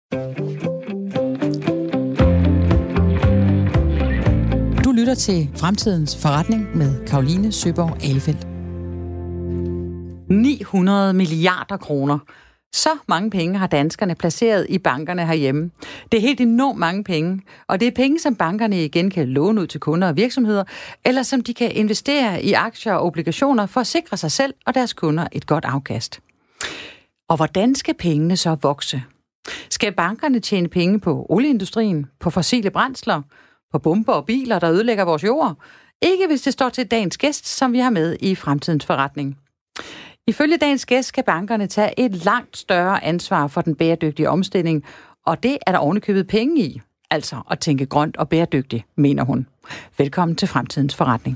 Du lytter til Fremtidens Forretning med Caroline Søborg Ahlefeldt. 900 milliarder kroner. Så mange penge har danskerne placeret i bankerne herhjemme. Det er helt enormt mange penge, og det er penge, som bankerne igen kan låne ud til kunder og virksomheder, eller som de kan investere i aktier og obligationer for at sikre sig selv og deres kunder et godt afkast. Og hvordan skal pengene så vokse? Skal bankerne tjene penge på olieindustrien, på fossile brændsler, på bomber og biler, der ødelægger vores jord? Ikke hvis det står til dagens gæst, som vi har med i Fremtidens Forretning. Ifølge dagens gæst skal bankerne tage et langt større ansvar for den bæredygtige omstilling, og det er der ovenikøbet penge i. Altså at tænke grønt og bæredygtigt, mener hun. Velkommen til Fremtidens Forretning.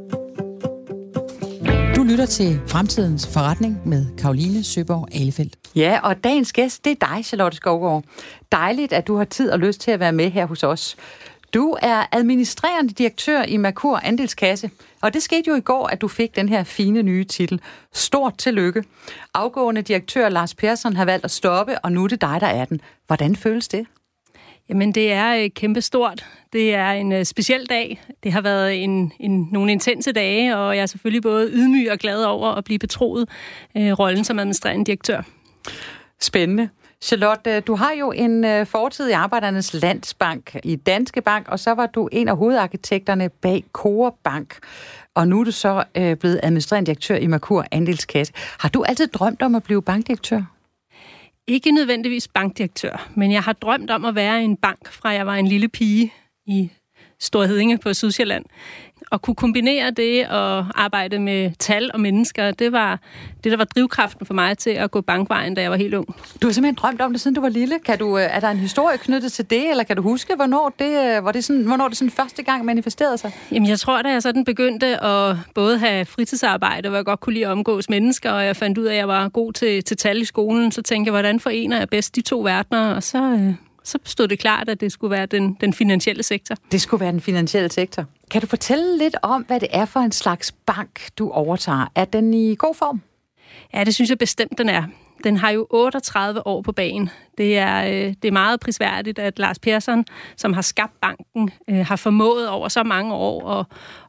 Du lytter til Fremtidens Forretning med Caroline Søborg Ahlefeldt. Ja, og dagens gæst, det er dig, Charlotte Skovgaard. Dejligt, at du har tid og lyst til at være med her hos os. Du er administrerende direktør i Merkur Andelskasse, og det skete jo i går, at du fik den her fine nye titel. Stort tillykke. Afgående direktør Lars Persson har valgt at stoppe, og nu er det dig, der er den. Hvordan føles det? Jamen, det er kæmpestort. Det er en speciel dag. Det har været nogle intense dage, og jeg er selvfølgelig både ydmyg og glad over at blive betroet rollen som administrerende direktør. Spændende. Charlotte, du har jo en fortid i Arbejdernes Landsbank, i Danske Bank, og så var du en af hovedarkitekterne bag Coop Bank. Og nu er du så blevet administrerende direktør i Merkur Andelskasse. Har du altid drømt om at blive bankdirektør? Ikke nødvendigvis bankdirektør, men jeg har drømt om at være i en bank, fra jeg var en lille pige i Store Heddinge på Sydsjælland. Og kunne kombinere det og arbejde med tal og mennesker, det var det, der var drivkraften for mig til at gå bankvejen, da jeg var helt ung. Du har simpelthen drømt om det, siden du var lille. Er der en historie knyttet til det, eller kan du huske, hvornår det sådan første gang manifesterede sig? Jamen, jeg tror, da jeg sådan begyndte at både have fritidsarbejde, hvor jeg godt kunne lide at omgås mennesker, og jeg fandt ud af, at jeg var god til tal i skolen, så tænkte jeg, hvordan forener jeg bedst de to verdener, og så stod det klart, at det skulle være den finansielle sektor. Det skulle være den finansielle sektor. Kan du fortælle lidt om, hvad det er for en slags bank, du overtager? Er den i god form? Ja, det synes jeg bestemt, den er. Den har jo 38 år på bagen. Det er meget prisværdigt, at Lars Persson, som har skabt banken, har formået over så mange år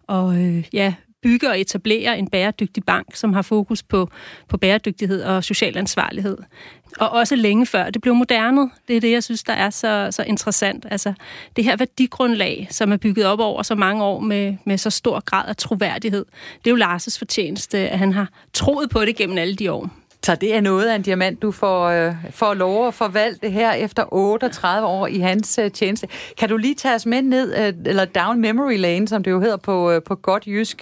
at bygge og etablere en bæredygtig bank, som har fokus på bæredygtighed og social ansvarlighed. Og også længe før det blev moderne. Det er det, jeg synes, der er så interessant. Altså, det her værdigrundlag, som er bygget op over så mange år med så stor grad af troværdighed, det er jo Lars' fortjeneste, at han har troet på det gennem alle de år. Så det er noget af en diamant, du får lov at forvalte her efter 38 år i hans tjeneste. Kan du lige tage os med ned, eller down memory lane, som det jo hedder på godt jysk.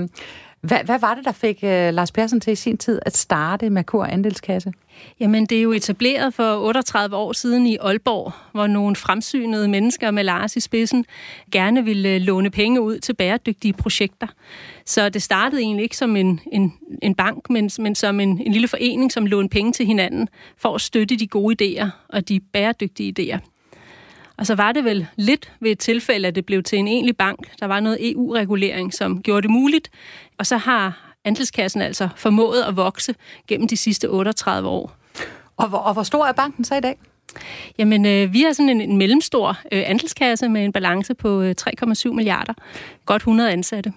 Hvad var det, der fik Lars Persson til i sin tid at starte Merkur Andelskasse? Jamen, det er jo etableret for 38 år siden i Aalborg, hvor nogle fremsynede mennesker med Lars i spidsen gerne ville låne penge ud til bæredygtige projekter. Så det startede egentlig ikke som en bank, men som en lille forening, som lånte penge til hinanden for at støtte de gode idéer og de bæredygtige idéer. Og så var det vel lidt ved et tilfælde, at det blev til en egentlig bank. Der var noget EU-regulering, som gjorde det muligt. Og så har Andelskassen altså formået at vokse gennem de sidste 38 år. Og hvor stor er banken så i dag? Jamen, vi har sådan en mellemstor andelskasse med en balance på 3,7 milliarder. Godt 100 ansatte.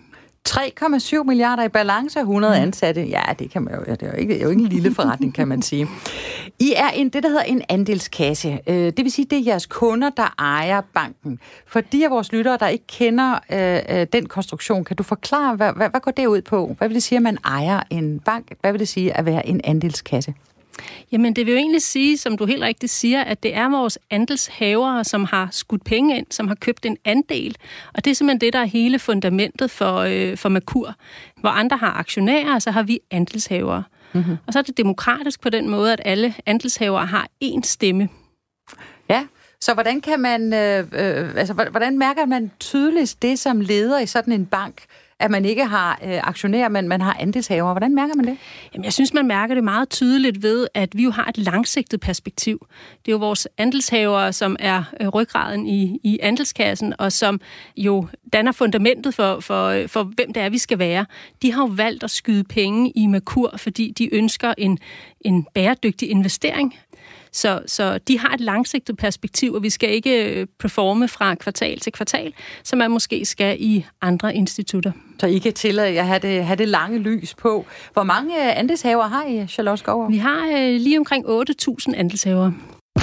3,7 milliarder i balance, 100 ansatte. Ja, det kan man jo. Det er jo ikke en lille forretning, kan man sige. I er det, der hedder en andelskasse. Det vil sige, det er jeres kunder, der ejer banken. For de af vores lyttere, der ikke kender den konstruktion, kan du forklare, hvad går det ud på? Hvad vil det sige, at man ejer en bank? Hvad vil det sige at være en andelskasse? Jamen, det vil jo egentlig sige, som du helt rigtigt siger, at det er vores andelshavere, som har skudt penge ind, som har købt en andel. Og det er simpelthen det, der er hele fundamentet for Merkur. Hvor andre har aktionærer, så har vi andelshavere. Mm-hmm. Og så er det demokratisk på den måde, at alle andelshavere har én stemme. Ja, så hvordan kan man, hvordan mærker man tydeligst det som leder i sådan en bank, at man ikke har aktionærer, men man har andelshavere? Hvordan mærker man det? Jamen, jeg synes, man mærker det meget tydeligt ved, at vi jo har et langsigtet perspektiv. Det er jo vores andelshavere, som er ryggraden i andelskassen, og som jo danner fundamentet for hvem det er, vi skal være. De har jo valgt at skyde penge i Merkur, fordi de ønsker en bæredygtig investering. Så de har et langsigtet perspektiv, og vi skal ikke performe fra kvartal til kvartal, som man måske skal i andre institutter. Så I kan tillade jer at have det lange lys på. Hvor mange andelshavere har I, Charlotte Skovgaard? Vi har lige omkring 8.000 andelshavere.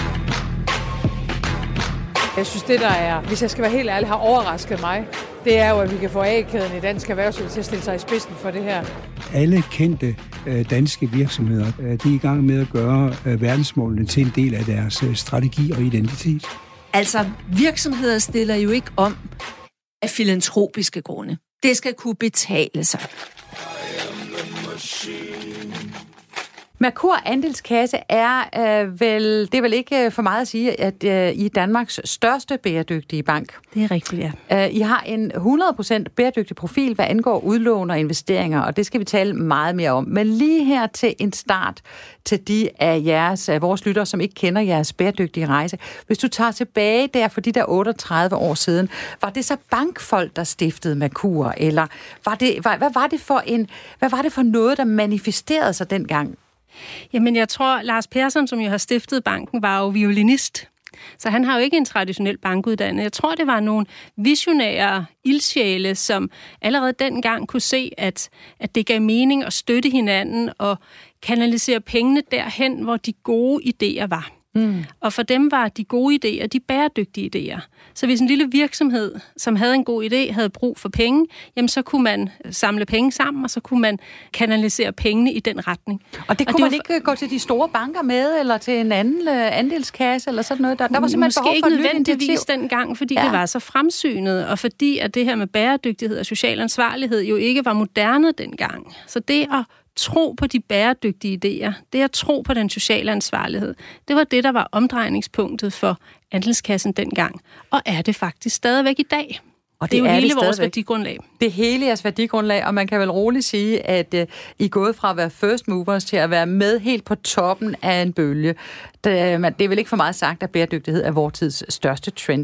Jeg synes, det der er, hvis jeg skal være helt ærlig, har overrasket mig, det er jo, at vi kan få A-kæden i dansk erhvervsliv til at stille sig i spidsen for det her. Alle kendte danske virksomheder, de er i gang med at gøre verdensmålene til en del af deres strategi og identitet. Altså, virksomheder stiller jo ikke om af filantropiske grunde. Det skal kunne betale sig. Merkur Andelskasse er vel ikke for meget at sige, at I er Danmarks største bæredygtige bank. Det er rigtigt, ja. I har en 100% bæredygtig profil, hvad angår udlån og investeringer, og det skal vi tale meget mere om. Men lige her til en start til de af vores lyttere, som ikke kender jeres bæredygtige rejse. Hvis du tager tilbage der for de der 38 år siden, var det så bankfolk, der stiftede Merkur, eller hvad var det for noget, der manifesterede sig dengang? Jamen, jeg tror, Lars Persson, som jo har stiftet banken, var jo violinist. Så han har jo ikke en traditionel bankuddannet. Jeg tror, det var nogle visionære ildsjæle, som allerede dengang kunne se, at det gav mening at støtte hinanden og kanalisere pengene derhen, hvor de gode idéer var. Og for dem var de gode idéer de bæredygtige idéer. Så hvis en lille virksomhed, som havde en god idé, havde brug for penge, jamen så kunne man samle penge sammen, og så kunne man kanalisere pengene i den retning. Og det kunne man ikke gå til de store banker med, eller til en anden andelskasse, eller sådan noget? Der var simpelthen behov for et nyt initiativ. Nødvendigvis dengang, fordi det var så fremsynet, og fordi at det her med bæredygtighed og social ansvarlighed jo ikke var moderne dengang. Så det at tro på de bæredygtige idéer, det at tro på den sociale ansvarlighed, det var det, der var omdrejningspunktet for andelskassen dengang. Og er det faktisk stadigvæk i dag. Og det er jo hele vores værdigrundlag. Det er hele jeres værdigrundlag, og man kan vel roligt sige, at I er gået fra at være first movers til at være med helt på toppen af en bølge. Det er vel ikke for meget sagt, at bæredygtighed er vores tids største trend.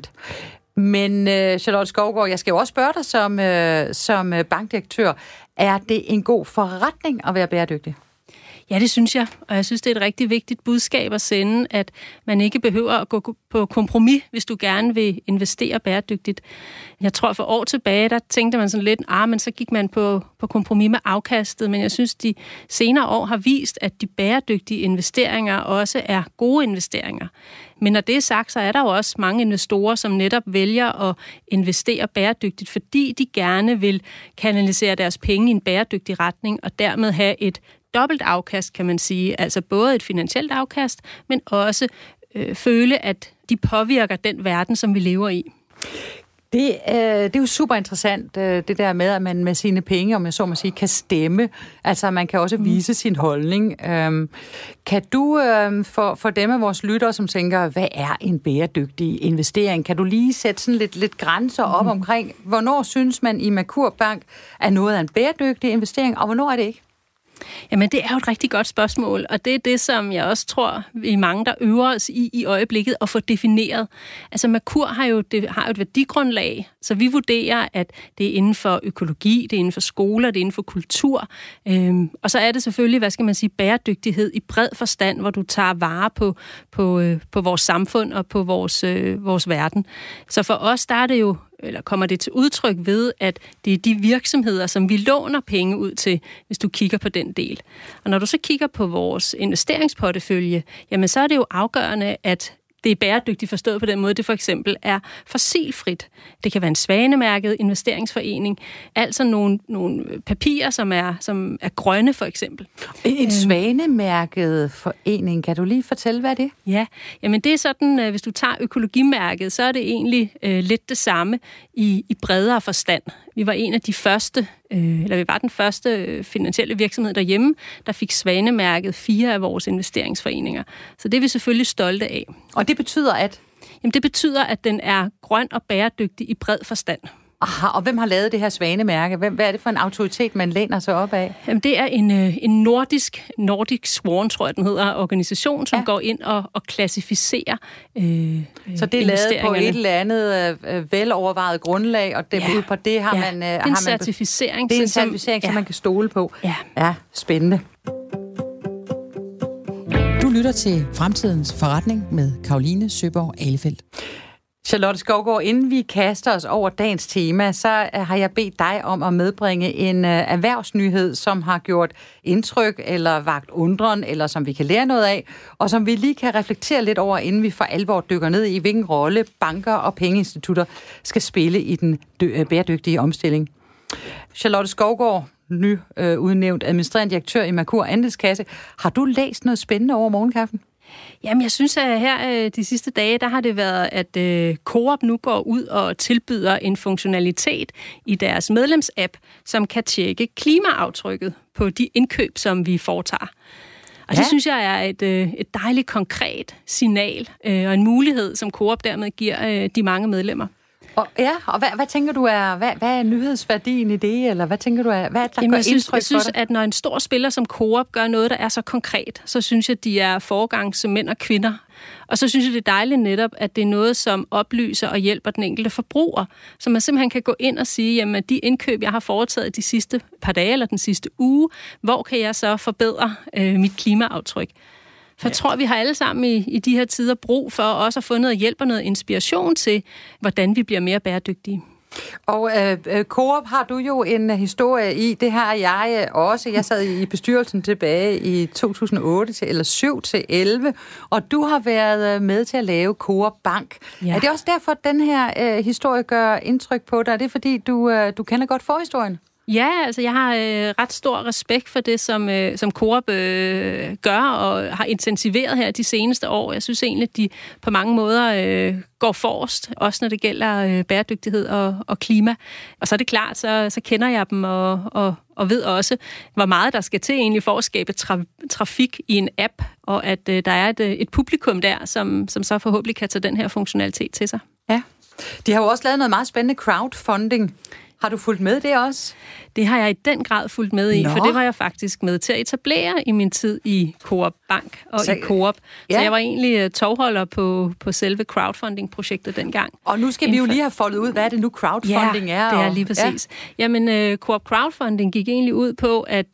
Men Charlotte Skovgaard, jeg skal jo også spørge dig som bankdirektør, er det en god forretning at være bæredygtig? Ja, det synes jeg, og jeg synes, det er et rigtig vigtigt budskab at sende, at man ikke behøver at gå på kompromis, hvis du gerne vil investere bæredygtigt. Jeg tror, for år tilbage, der tænkte man sådan lidt, men så gik man på kompromis med afkastet, men jeg synes, de senere år har vist, at de bæredygtige investeringer også er gode investeringer. Men når det er sagt, så er der jo også mange investorer, som netop vælger at investere bæredygtigt, fordi de gerne vil kanalisere deres penge i en bæredygtig retning, og dermed have et dobbelt afkast, kan man sige. Altså både et finansielt afkast, men også føle, at de påvirker den verden, som vi lever i. Det er jo super interessant, det der med, at man med sine penge, om jeg så må sige, kan stemme. Altså, man kan også vise sin holdning. Kan du, for dem af vores lyttere, som tænker, hvad er en bæredygtig investering, kan du lige sætte sådan lidt grænser op omkring, hvornår synes man i Merkur Bank er noget af en bæredygtig investering, og hvornår er det ikke? Jamen, det er jo et rigtig godt spørgsmål, og det er det, som jeg også tror, vi er mange, der øver os i øjeblikket at få defineret. Altså, Merkur har jo et værdigrundlag, så vi vurderer, at det er inden for økologi, det er inden for skoler, det er inden for kultur, og så er det selvfølgelig, hvad skal man sige, bæredygtighed i bred forstand, hvor du tager vare på vores samfund og på vores verden. Så for os, der er det jo kommer det til udtryk ved, at det er de virksomheder, som vi låner penge ud til, hvis du kigger på den del. Og når du så kigger på vores investeringsportefølje, jamen så er det jo afgørende, at det er bæredygtigt forstået på den måde, det for eksempel er fossilfrit. Det kan være en svanemærket investeringsforening, altså nogle papirer, som er grønne for eksempel. En svanemærket forening, kan du lige fortælle, hvad er det? Ja, jamen det er sådan, hvis du tager økologimærket, så er det egentlig lidt det samme i bredere forstand. Vi var den første finansielle virksomhed derhjemme, der fik svanemærket 4 af vores investeringsforeninger. Så det er vi selvfølgelig stolte af. Og det betyder at? Jamen det betyder, at den er grøn og bæredygtig i bred forstand. Aha, og hvem har lavet det her svanemærke? Hvad er det for en autoritet, man læner sig op af? Jamen, det er en Nordic Swan, tror jeg, den hedder, organisation, som går ind og klassificerer så det er lavet på et eller andet velovervejet grundlag, og ud på det har man... det er en certificering. Det er en certificering, som man kan stole på. Ja, spændende. lytter til Fremtidens Forretning med Caroline Søborg Ahlefeldt. Charlotte Skovgaard, inden vi kaster os over dagens tema, så har jeg bedt dig om at medbringe en erhvervsnyhed, som har gjort indtryk eller vakt undren, eller som vi kan lære noget af, og som vi lige kan reflektere lidt over, inden vi for alvor dykker ned i, hvilken rolle banker og pengeinstitutter skal spille i den bæredygtige omstilling. Charlotte Skovgaard, udnævnt administrerende direktør i Merkur Andelskasse. Har du læst noget spændende over morgenkaffen? Jamen, jeg synes, at her de sidste dage, der har det været, at Coop nu går ud og tilbyder en funktionalitet i deres medlemsapp, som kan tjekke klimaaftrykket på de indkøb, som vi foretager. Og det synes jeg er et dejligt konkret signal og en mulighed, som Coop dermed giver de mange medlemmer. Og hvad tænker du hvad er nyhedsværdien i det, eller hvad tænker du hvad der gør indtryk for dig? Jeg synes, at når en stor spiller som Coop gør noget, der er så konkret, så synes jeg, at de er foregangsmænd og kvinder. Og så synes jeg, det er dejligt netop, at det er noget, som oplyser og hjælper den enkelte forbruger, så man simpelthen kan gå ind og sige, jamen de indkøb, jeg har foretaget de sidste par dage eller den sidste uge, hvor kan jeg så forbedre mit klimaaftryk? For jeg tror, vi har alle sammen i de her tider brug for også at få noget hjælp og noget inspiration til, hvordan vi bliver mere bæredygtige. Og Coop har du jo en historie i. Det har jeg også. Jeg sad i bestyrelsen tilbage i 2008 eller 7 til 11, og du har været med til at lave Coop Bank. Ja. Er det også derfor, at den her historie gør indtryk på dig? Er det fordi, du kender godt forhistorien? Ja, altså jeg har ret stor respekt for det, som Coop gør og har intensiveret her de seneste år. Jeg synes egentlig, at de på mange måder går forrest, også når det gælder bæredygtighed og klima. Og så er det klart, så kender jeg dem og ved også, hvor meget der skal til egentlig for at skabe trafik i en app, og at der er et publikum der, som så forhåbentlig kan tage den her funktionalitet til sig. Ja, de har jo også lavet noget meget spændende crowdfunding. Har du fulgt med det også? Det har jeg i den grad fulgt med i, for det var jeg faktisk med til at etablere i min tid i Coop Bank og i Coop. Så jeg var egentlig tovholder på selve crowdfunding-projektet dengang. Og nu skal vi jo lige have foldet ud, hvad er det nu crowdfunding er? Ja, det er lige præcis. Ja. Jamen, Coop Crowdfunding gik egentlig ud på at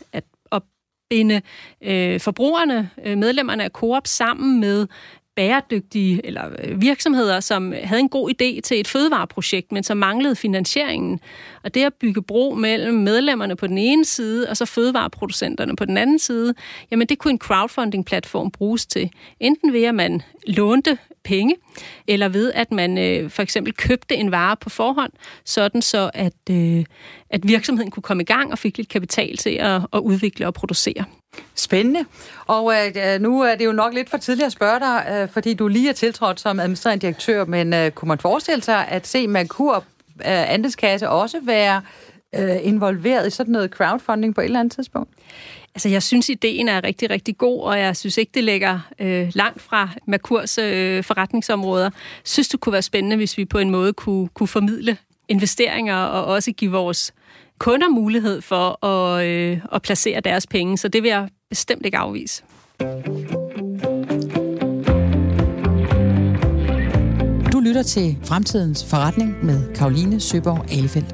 binde forbrugerne, medlemmerne af Coop, sammen med bæredygtige eller virksomheder, som havde en god idé til et fødevareprojekt, men som manglede finansieringen. Og det at bygge bro mellem medlemmerne på den ene side, og så fødevareproducenterne på den anden side, jamen det kunne en crowdfunding-platform bruges til. Enten ved at man lånte penge, eller ved at man for eksempel købte en vare på forhånd, sådan så at virksomheden kunne komme i gang og fik lidt kapital til at udvikle og producere. Spændende. Og nu er det jo nok lidt for tidligt at spørge dig, fordi du lige er tiltrådt som administrerende direktør, men kunne man forestille sig at se Merkur Andelskasse også være involveret i sådan noget crowdfunding på et eller andet tidspunkt? Altså, jeg synes, ideen er rigtig, rigtig god, og jeg synes ikke, det ligger langt fra Merkurs forretningsområder. Jeg synes, det kunne være spændende, hvis vi på en måde kunne formidle investeringer og også give vores kunder mulighed for at placere deres penge, så det vil jeg bestemt ikke afvise. Du lytter til Fremtidens Forretning med Caroline Søborg Ahlefeldt.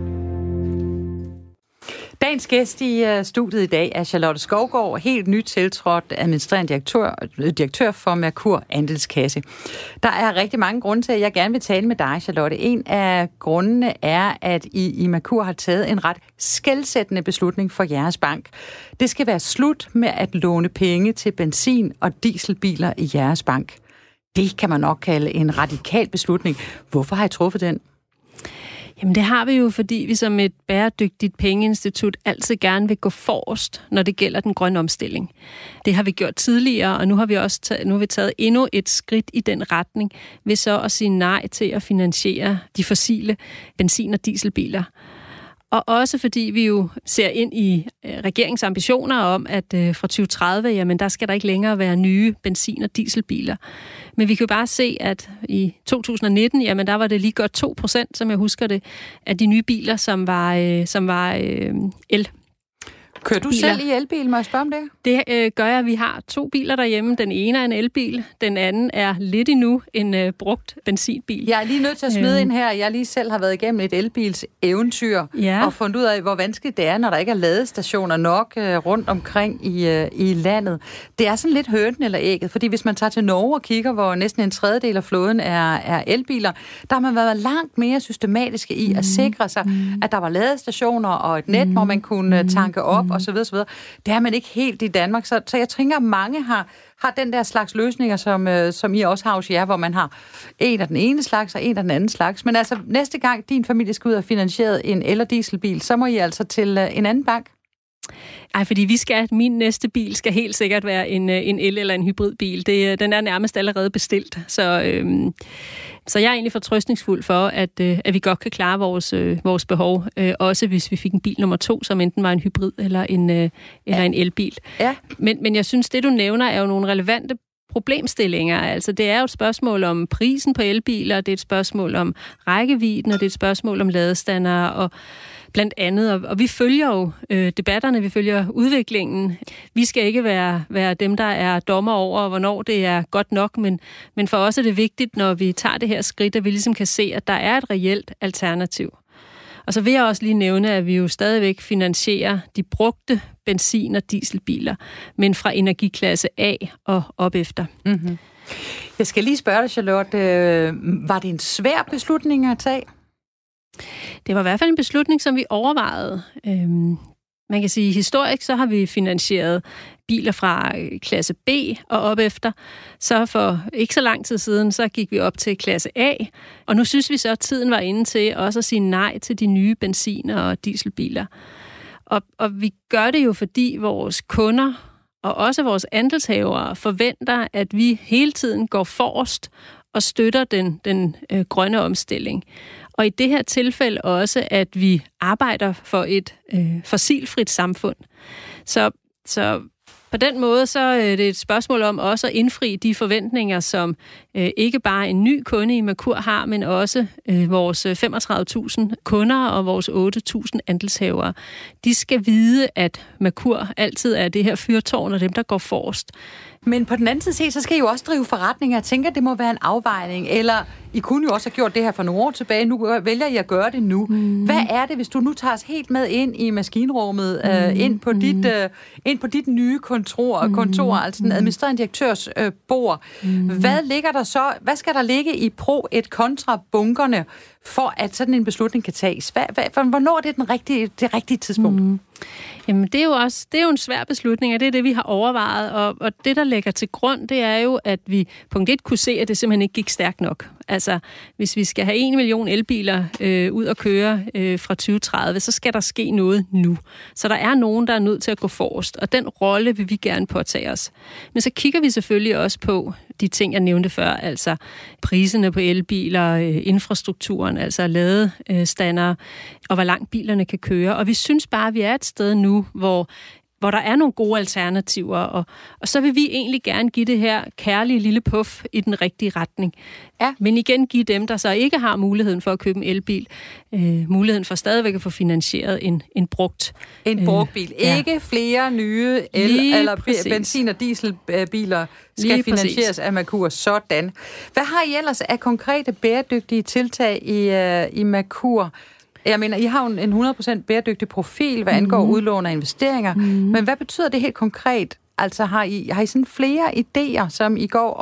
Dagens gæst i studiet i dag er Charlotte Skovgaard, helt nyt tiltrådt administrerende direktør for Merkur Andelskasse. Der er rigtig mange grunde til, at jeg gerne vil tale med dig, Charlotte. En af grundene er, at I Merkur har taget en ret skelsættende beslutning for jeres bank. Det skal være slut med at låne penge til benzin- og dieselbiler i jeres bank. Det kan man nok kalde en radikal beslutning. Hvorfor har I truffet den? Jamen det har vi jo, fordi vi som et bæredygtigt pengeinstitut altid gerne vil gå forrest, når det gælder den grønne omstilling. Det har vi gjort tidligere, og nu har vi taget endnu et skridt i den retning ved så at sige nej til at finansiere de fossile benzin- og dieselbiler. Og også fordi vi jo ser ind i regeringens ambitioner om, at fra 2030, jamen der skal der ikke længere være nye benzin- og dieselbiler. Men vi kan jo bare se, at i 2019, jamen der var det lige godt 2%, som jeg husker det, af de nye biler, som var el. Kører du selv i elbil, må jeg spørge om det? Det gør jeg. Vi har 2 biler derhjemme. Den ene er en elbil, den anden er lidt endnu en brugt benzinbil. Jeg er lige nødt til at smide ind her. Jeg lige selv har været igennem et elbils eventyr og fundet ud af, hvor vanskeligt det er, når der ikke er ladestationer nok rundt omkring i landet. Det er sådan lidt hønen eller ægget, fordi hvis man tager til Norge og kigger, hvor næsten en tredjedel af flåden er elbiler, der har man været langt mere systematiske i at sikre sig, at der var ladestationer og et net, hvor man kunne tanke op og så videre, så videre. Det er man ikke helt i Danmark, så jeg tænker, at mange har den der slags løsninger, som I også har hos jer, hvor man har en af den ene slags og en af den anden slags. Men altså, næste gang din familie skal ud og finansiere en el- og dieselbil, så må I altså til en anden bank? Ej, fordi min næste bil skal helt sikkert være en el- eller en hybridbil. Den er nærmest allerede bestilt, så jeg er egentlig fortrøstningsfuld for, at vi godt kan klare vores behov, også hvis vi fik en bil nummer 2, som enten var en hybrid eller en elbil. Ja. Men jeg synes, det du nævner er jo nogle relevante problemstillinger. Altså, det er jo et spørgsmål om prisen på elbiler, det er et spørgsmål om rækkevidden, og det er et spørgsmål om ladestandere og blandt andet, og vi følger jo debatterne, vi følger udviklingen. Vi skal ikke være dem, der er dommer over, hvornår det er godt nok, men for os er det vigtigt, når vi tager det her skridt, at vi ligesom kan se, at der er et reelt alternativ. Og så vil jeg også lige nævne, at vi jo stadigvæk finansierer de brugte benzin- og dieselbiler, men fra energiklasse A og op efter. Mm-hmm. Jeg skal lige spørge dig, Charlotte, var det en svær beslutning at tage? Det var i hvert fald en beslutning, som vi overvejede. Man kan sige, historisk så har vi finansieret biler fra klasse B og op efter. Så for ikke så lang tid siden, så gik vi op til klasse A. Og nu synes vi så, at tiden var inde til også at sige nej til de nye benzin- og dieselbiler. Og vi gør det jo, fordi vores kunder og også vores andelshavere forventer, at vi hele tiden går forrest og støtter den grønne omstilling. Og i det her tilfælde også, at vi arbejder for et fossilfrit samfund. Så på den måde, så er det et spørgsmål om også at indfri de forventninger, som ikke bare en ny kunde i Merkur har, men også vores 35.000 kunder og vores 8.000 andelshavere. De skal vide, at Merkur altid er det her fyrtårn og dem, der går forrest. Men på den anden side, så skal I jo også drive forretninger. Jeg tænker, det må være en afvejning. Eller I kunne jo også have gjort det her for nogle år tilbage. Nu vælger I at gøre det nu. Hvad er det, hvis du nu tager os helt med ind i maskinrummet, ind på dit nye kontor, altså den administrerende direktørs bord. Hvad ligger der så? Hvad skal der ligge i et kontra bunkerne, for at sådan en beslutning kan tages? Hvornår er det det rigtige tidspunkt? Jamen, det er jo en svær beslutning, og det er det, vi har overvejet. Og det, der ligger til grund, det er jo, at vi punkt 1 kunne se, at det simpelthen ikke gik stærkt nok. Altså, hvis vi skal have 1 million elbiler ud at køre fra 2030, så skal der ske noget nu. Så der er nogen, der er nødt til at gå forrest, og den rolle vil vi gerne påtage os. Men så kigger vi selvfølgelig også på de ting, jeg nævnte før, altså priserne på elbiler, infrastrukturen, altså ladestander, og hvor langt bilerne kan køre. Og vi synes bare, at vi er et sted nu, hvor der er nogle gode alternativer, og så vil vi egentlig gerne give det her kærlige lille puff i den rigtige retning. Ja. Men igen give dem, der så ikke har muligheden for at købe en elbil, muligheden for stadigvæk at få finansieret en brugt. En brugt bil. Ikke flere nye eller benzin- og dieselbiler skal finansieres af Merkur. Sådan. Hvad har I ellers af konkrete bæredygtige tiltag i Merkur? Jeg mener, I har jo en 100% bæredygtig profil, hvad angår udlån og investeringer. Men hvad betyder det helt konkret? Altså, har I sådan flere idéer, som I går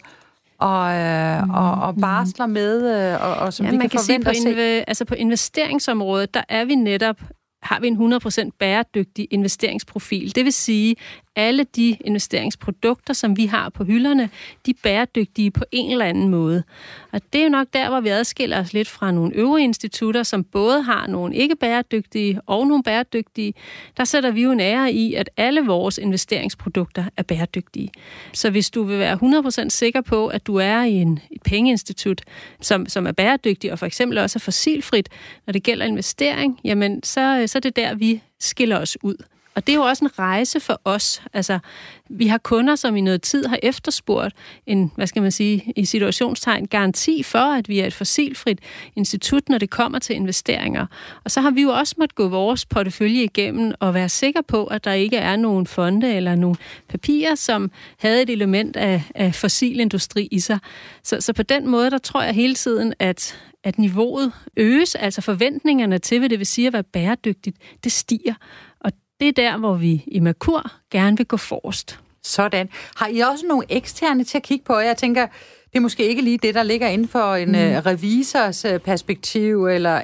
og barsler med, og som vi kan forvente at se? Altså på investeringsområdet, der er vi netop har vi en 100% bæredygtig investeringsprofil. Det vil sige, alle de investeringsprodukter, som vi har på hylderne, de er bæredygtige på en eller anden måde. Og det er jo nok der, hvor vi adskiller os lidt fra nogle øvrige institutter, som både har nogle ikke bæredygtige og nogle bæredygtige. Der sætter vi jo en ære i, at alle vores investeringsprodukter er bæredygtige. Så hvis du vil være 100% sikker på, at du er i et pengeinstitut, som er bæredygtig og for eksempel også er fossilfrit, når det gælder investering, jamen så er det der, vi skiller os ud. Og det er jo også en rejse for os. Altså, vi har kunder, som i noget tid har efterspurgt en, hvad skal man sige, i situationstegn, garanti for, at vi er et fossilfrit institut, når det kommer til investeringer. Og så har vi jo også måttet gå vores portefølje igennem og være sikre på, at der ikke er nogen fonde eller nogen papirer, som havde et element af fossilindustri i sig. Så på den måde, der tror jeg hele tiden, at niveauet øges, altså forventningerne til, hvad det vil sige at være bæredygtigt, det stiger. Og det er der, hvor vi i Merkur gerne vil gå forrest. Sådan. Har I også nogle eksterne til at kigge på? Jeg tænker, det er måske ikke lige det, der ligger inden for en revisors perspektiv, eller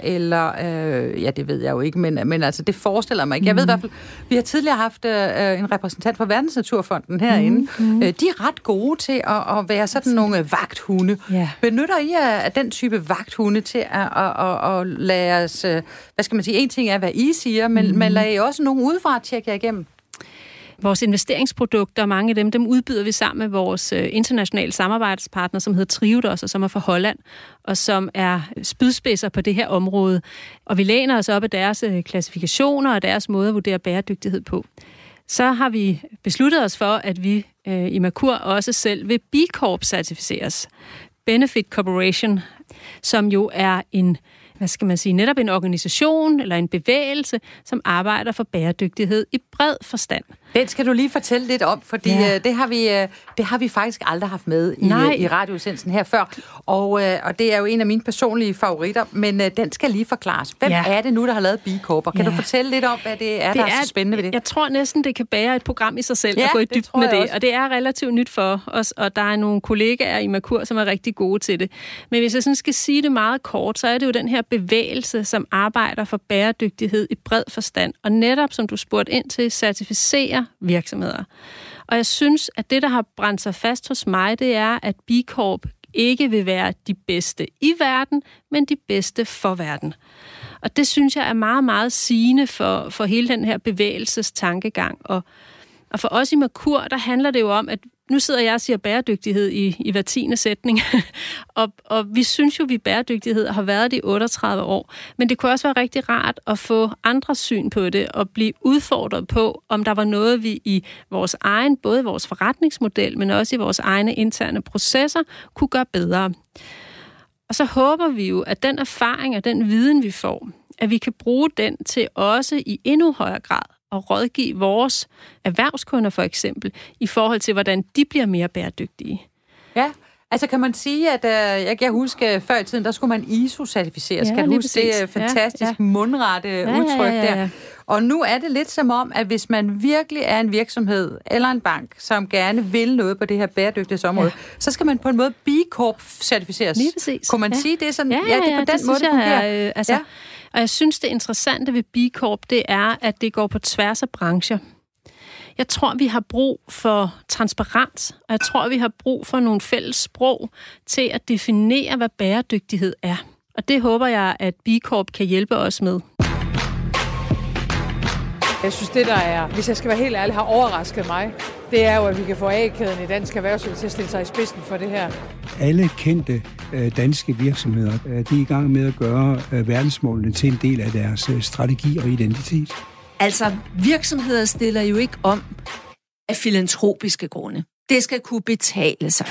ja, det ved jeg jo ikke, men altså, det forestiller mig ikke. Jeg ved i hvert fald, vi har tidligere haft en repræsentant fra Verdensnaturfonden herinde. De er ret gode til at være sådan nogle vagthunde. Yeah. Benytter I af den type vagthunde til at lade os, hvad skal man sige, en ting er, hvad I siger, men lader I også nogen udefra tjekke jer igennem? Vores investeringsprodukter, mange af dem udbyder vi sammen med vores internationale samarbejdspartner, som hedder Triodos, og som er fra Holland, og som er spydspidser på det her område. Og vi læner os op af deres klassifikationer og deres måde at vurdere bæredygtighed på. Så har vi besluttet os for, at vi i Merkur også selv vil B Corp-certificeres. Benefit Corporation, som jo er en, hvad skal man sige, netop en organisation eller en bevægelse, som arbejder for bæredygtighed i bred forstand. Den skal du lige fortælle lidt om, fordi det har vi faktisk aldrig haft med i radioudsendelsen her før. Og det er jo en af mine personlige favoritter, men den skal lige forklares. Hvem er det nu, der har lavet B Corp? Kan du fortælle lidt om, hvad det er, der er så spændende ved det? Jeg tror næsten, det kan bære et program i sig selv at gå i dybden med det. Også. Og det er relativt nyt for os, og der er nogle kollegaer i Merkur, som er rigtig gode til det. Men hvis jeg sådan skal sige det meget kort, så er det jo den her bevægelse, som arbejder for bæredygtighed i bred forstand. Og netop, som du spurgte ind til, certificerer virksomheder. Og jeg synes, at det, der har brændt sig fast hos mig, det er, at B Corp ikke vil være de bedste i verden, men de bedste for verden. Og det synes jeg er meget, meget sigende for hele den her bevægelses tankegang. Og for os i Merkur, der handler det jo om, at nu sidder jeg og siger bæredygtighed i hver 10. sætning, og vi synes jo, at bæredygtighed har været det i 38 år. Men det kunne også være rigtig rart at få andres syn på det, og blive udfordret på, om der var noget, vi i vores egen, både vores forretningsmodel, men også i vores egne interne processer, kunne gøre bedre. Og så håber vi jo, at den erfaring og den viden, vi får, at vi kan bruge den til også i endnu højere grad at rådgive vores erhvervskunder for eksempel, i forhold til, hvordan de bliver mere bæredygtige. Ja, altså kan man sige, at jeg kan huske, før i tiden, der skulle man ISO-certificeres. Kan du huske det fantastisk mundrette udtryk der? Og nu er det lidt som om, at hvis man virkelig er en virksomhed eller en bank, som gerne vil noget på det her bæredygtighedsområde, så skal man på en måde B Corp-certificeres. Lige præcis. Kunne man sige det sådan? Ja, det er på den måde, det fungerer. Og jeg synes, det interessante ved B Corp, det er, at det går på tværs af brancher. Jeg tror, vi har brug for transparens, og jeg tror, vi har brug for nogle fælles sprog til at definere, hvad bæredygtighed er. Og det håber jeg, at B Corp kan hjælpe os med. Jeg synes, det der er, hvis jeg skal være helt ærlig, har overrasket mig, det er jo, at vi kan få A-kæden i dansk erhvervsliv til at stille sig i spidsen for det her. Alle kendte danske virksomheder, de er i gang med at gøre verdensmålene til en del af deres strategi og identitet. Altså, virksomheder stiller jo ikke om af filantropiske grunde. Det skal kunne betale sig.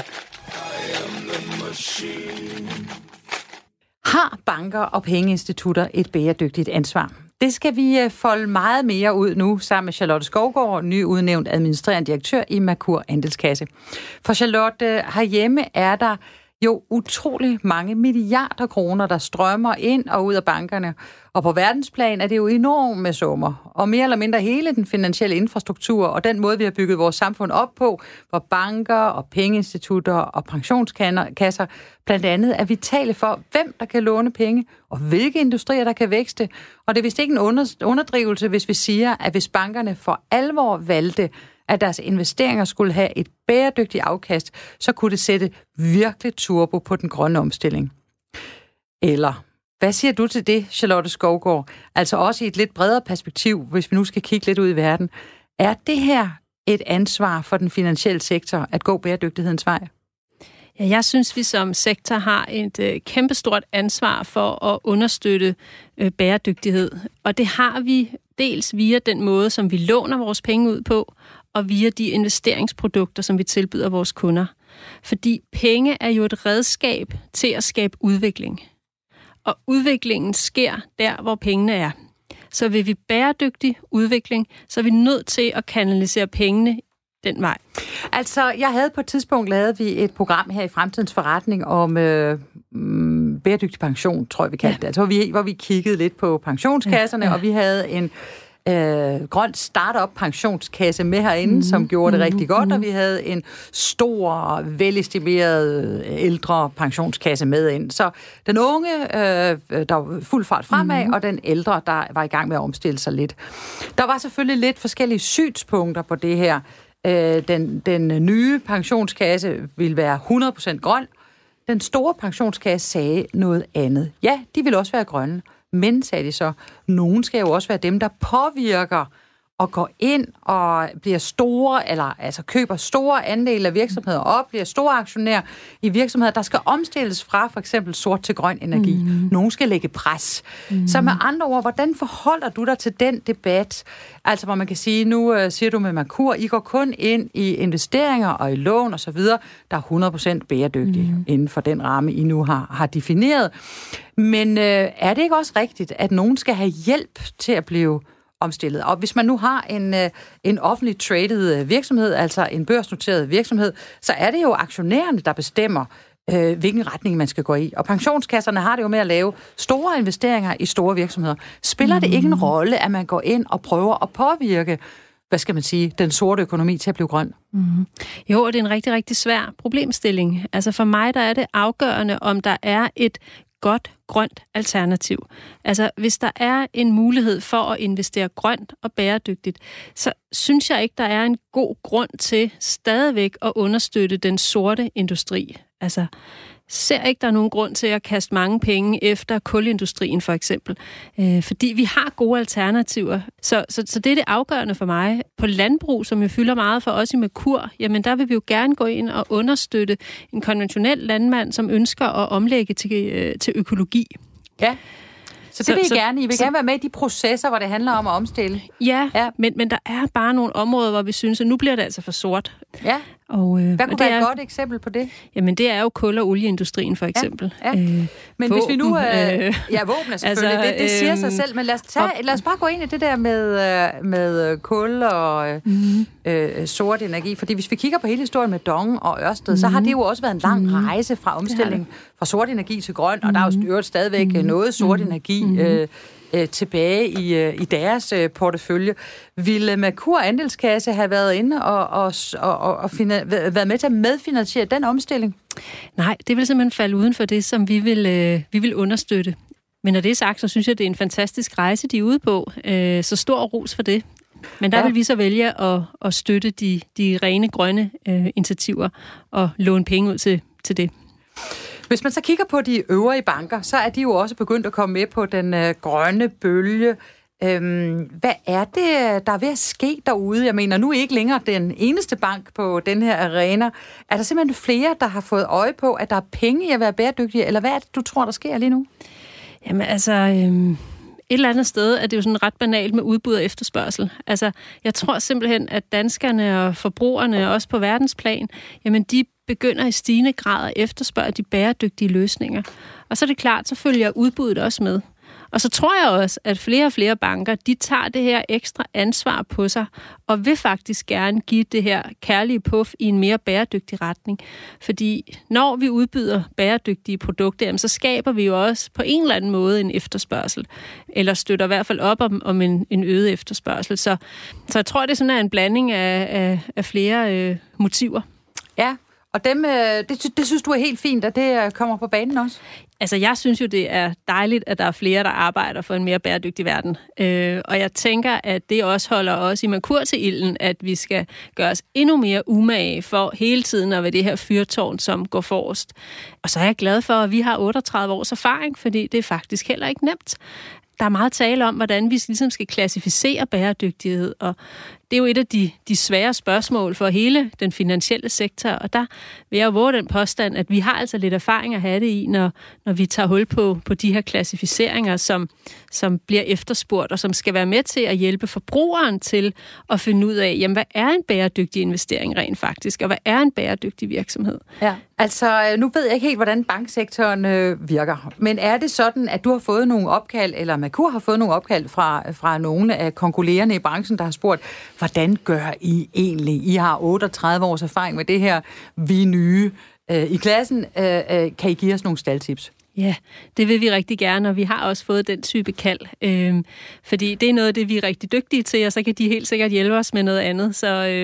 Har banker og pengeinstitutter et bæredygtigt ansvar? Det skal vi folde meget mere ud nu, sammen med Charlotte Skovgaard, nyudnævnt administrerende direktør i Merkur Andelskasse. For Charlotte, herhjemme er der jo utrolig mange milliarder kroner, der strømmer ind og ud af bankerne. Og på verdensplan er det jo enorme summer. Og mere eller mindre hele den finansielle infrastruktur og den måde, vi har bygget vores samfund op på, hvor banker og pengeinstitutter og pensionskasser blandt andet er vitale for, hvem der kan låne penge og hvilke industrier, der kan vækste. Og det er vist ikke en underdrivelse, hvis vi siger, at hvis bankerne for alvor valgte, at deres investeringer skulle have et bæredygtigt afkast, så kunne det sætte virkelig turbo på den grønne omstilling. Eller hvad siger du til det, Charlotte Skovgaard? Altså også i et lidt bredere perspektiv, hvis vi nu skal kigge lidt ud i verden. Er det her et ansvar for den finansielle sektor at gå bæredygtighedens vej? Ja, jeg synes, vi som sektor har et kæmpestort ansvar for at understøtte bæredygtighed. Og det har vi dels via den måde, som vi låner vores penge ud på, og via de investeringsprodukter, som vi tilbyder vores kunder. Fordi penge er jo et redskab til at skabe udvikling. Og udviklingen sker der, hvor pengene er. Så vil vi bæredygtig udvikling, så er vi nødt til at kanalisere pengene den vej. Altså, jeg havde på et tidspunkt lavet vi et program her i Fremtidens Forretning om bæredygtig pension, tror jeg, vi kaldte det. Altså, hvor vi kiggede lidt på pensionskasserne, og vi havde en grøn startup pensionskasse med herinde, som gjorde det rigtig godt, og vi havde en stor, velestimeret ældre pensionskasse med ind. Så den unge, der var fuld fart fremad, og den ældre, der var i gang med at omstille sig lidt. Der var selvfølgelig lidt forskellige synspunkter på det her. Den nye pensionskasse ville være 100% grøn. Den store pensionskasse sagde noget andet. Ja, de vil også være grønne. Men, sagde de så, nogen skal jo også være dem, der påvirker og går ind og bliver store, eller altså køber store andele af virksomheder op, bliver store aktionærer i virksomheder, der skal omstilles fra for eksempel sort til grøn energi. Nogen skal lægge pres. Så med andre ord, hvordan forholder du dig til den debat? Altså, hvor man kan sige, nu siger du med Merkur, I går kun ind i investeringer og i lån og så videre, der er 100% bæredygtige inden for den ramme, I nu har defineret. Men er det ikke også rigtigt, at nogen skal have hjælp til at blive omstillet? Og hvis man nu har en offentlig traded virksomhed, altså en børsnoteret virksomhed, så er det jo aktionærerne, der bestemmer, hvilken retning man skal gå i. Og pensionskasserne har det jo med at lave store investeringer i store virksomheder. Spiller det ikke en rolle, at man går ind og prøver at påvirke, hvad skal man sige, den sorte økonomi til at blive grøn? Jo, det er en rigtig, rigtig svær problemstilling. Altså for mig, der er det afgørende, om der er et godt grønt alternativ. Altså, hvis der er en mulighed for at investere grønt og bæredygtigt, så synes jeg ikke, der er en god grund til stadigvæk at understøtte den sorte industri. Altså, ser ikke, der er nogen grund til at kaste mange penge efter kulindustrien, for eksempel. Fordi vi har gode alternativer. Så det er det afgørende for mig. På landbrug, som jo fylder meget for os i Merkur, jamen der vil vi jo gerne gå ind og understøtte en konventionel landmand, som ønsker at omlægge til økologi. Ja. Så det vil I gerne. I vil gerne være med i de processer, hvor det handler om at omstille. Ja. Men der er bare nogle områder, hvor vi synes, at nu bliver det altså for sort. Ja. Og, hvad kunne være et godt eksempel på det? Jamen, det er jo kul- og olieindustrien, for eksempel. Ja. Men våben, hvis vi nu... våben selvfølgelig. Altså, det siger sig selv. Men lad os bare gå ind i det der med kul og sort energi. Fordi hvis vi kigger på hele historien med DONG og Ørsted, så har det jo også været en lang rejse fra omstilling fra sort energi til grøn, og der er jo styret stadigvæk noget sort energi tilbage i deres portefølje. Ville Merkur Andelskasse have været inde og været med til at medfinansiere den omstilling? Nej, det vil simpelthen falde uden for det, som vi vil understøtte. Men når det er sagt, så synes jeg, det er en fantastisk rejse, de er ude på. Så stor ros for det. Men der vil vi så vælge at støtte de rene grønne initiativer og låne penge ud til det. Hvis man så kigger på de øvrige banker, så er de jo også begyndt at komme med på den grønne bølge. Hvad er det, der er ved at ske derude? Jeg mener, nu er I ikke længere den eneste bank på den her arena. Er der simpelthen flere, der har fået øje på, at der er penge i at være bæredygtige? Eller hvad er det, du tror, der sker lige nu? Jamen altså... Et eller andet sted er det jo sådan ret banalt med udbud og efterspørgsel. Altså, jeg tror simpelthen, at danskerne og forbrugerne, også på verdensplan, jamen de begynder i stigende grad at efterspørge de bæredygtige løsninger. Og så er det klart, så følger udbuddet også med. Og så tror jeg også, at flere og flere banker, de tager det her ekstra ansvar på sig, og vil faktisk gerne give det her kærlige puff i en mere bæredygtig retning. Fordi når vi udbyder bæredygtige produkter, jamen, så skaber vi jo også på en eller anden måde en efterspørgsel, eller støtter i hvert fald op om en øget efterspørgsel. Så jeg tror, det sådan er en blanding af flere motiver. Ja. Og det synes du er helt fint, at det kommer på banen også? Altså, jeg synes jo, det er dejligt, at der er flere, der arbejder for en mere bæredygtig verden. Og jeg tænker, at det også holder os i Merkur til ilden, at vi skal gøre os endnu mere umage for hele tiden at være det her fyrtårn, som går forrest. Og så er jeg glad for, at vi har 38 års erfaring, fordi det er faktisk heller ikke nemt. der er meget tale om, hvordan vi ligesom skal klassificere bæredygtighed, og det er jo et af de svære spørgsmål for hele den finansielle sektor, og der vil jeg jo våge den påstand, at vi har altså lidt erfaring at have det i, når vi tager hul på de her klassificeringer, som bliver efterspurgt, og som skal være med til at hjælpe forbrugeren til at finde ud af, jamen, hvad er en bæredygtig investering rent faktisk, og hvad er en bæredygtig virksomhed? Ja, altså nu ved jeg ikke helt, hvordan banksektoren virker, men er det sådan, at du har fået nogle opkald, eller Merkur har fået nogle opkald fra nogle af konkurrerende i branchen, der har spurgt, hvordan gør I egentlig? I har 38 års erfaring med det her, vi nye i klassen. Kan I give os nogle staldtips? Ja, det vil vi rigtig gerne, og vi har også fået den type kald, fordi det er noget af det, vi er rigtig dygtige til, og så kan de helt sikkert hjælpe os med noget andet.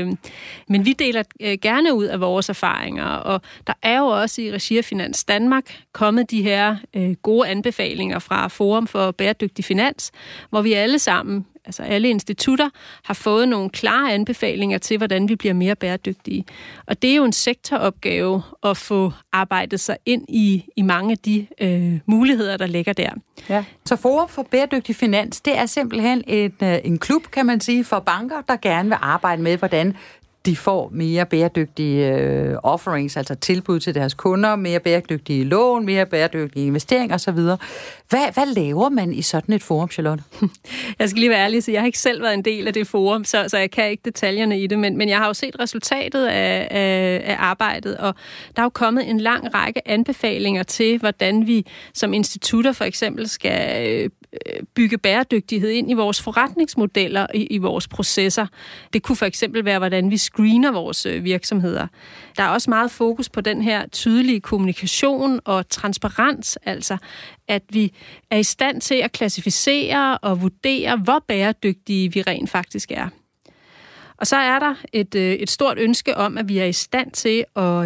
Men vi deler gerne ud af vores erfaringer, og der er jo også i regi af Finans Danmark kommet de her gode anbefalinger fra Forum for Bæredygtig Finans, hvor vi alle sammen, altså alle institutter, har fået nogle klare anbefalinger til, hvordan vi bliver mere bæredygtige. Og det er jo en sektoropgave at få arbejdet sig ind i mange af de muligheder, der ligger der. Ja. Så Forum for Bæredygtig Finans, det er simpelthen en klub, kan man sige, for banker, der gerne vil arbejde med, hvordan de får mere bæredygtige offerings, altså tilbud til deres kunder, mere bæredygtige lån, mere bæredygtige investeringer osv. Hvad laver man i sådan et forum, Charlotte? Jeg skal lige være ærlig, så jeg har ikke selv været en del af det forum, så jeg kan ikke detaljerne i det, men jeg har jo set resultatet af arbejdet, og der er jo kommet en lang række anbefalinger til, hvordan vi som institutter for eksempel skal bygge bæredygtighed ind i vores forretningsmodeller, i vores processer. Det kunne for eksempel være, hvordan vi screener vores virksomheder. Der er også meget fokus på den her tydelige kommunikation og transparens, altså at vi er i stand til at klassificere og vurdere, hvor bæredygtige vi rent faktisk er. Og så er der et stort ønske om, at vi er i stand til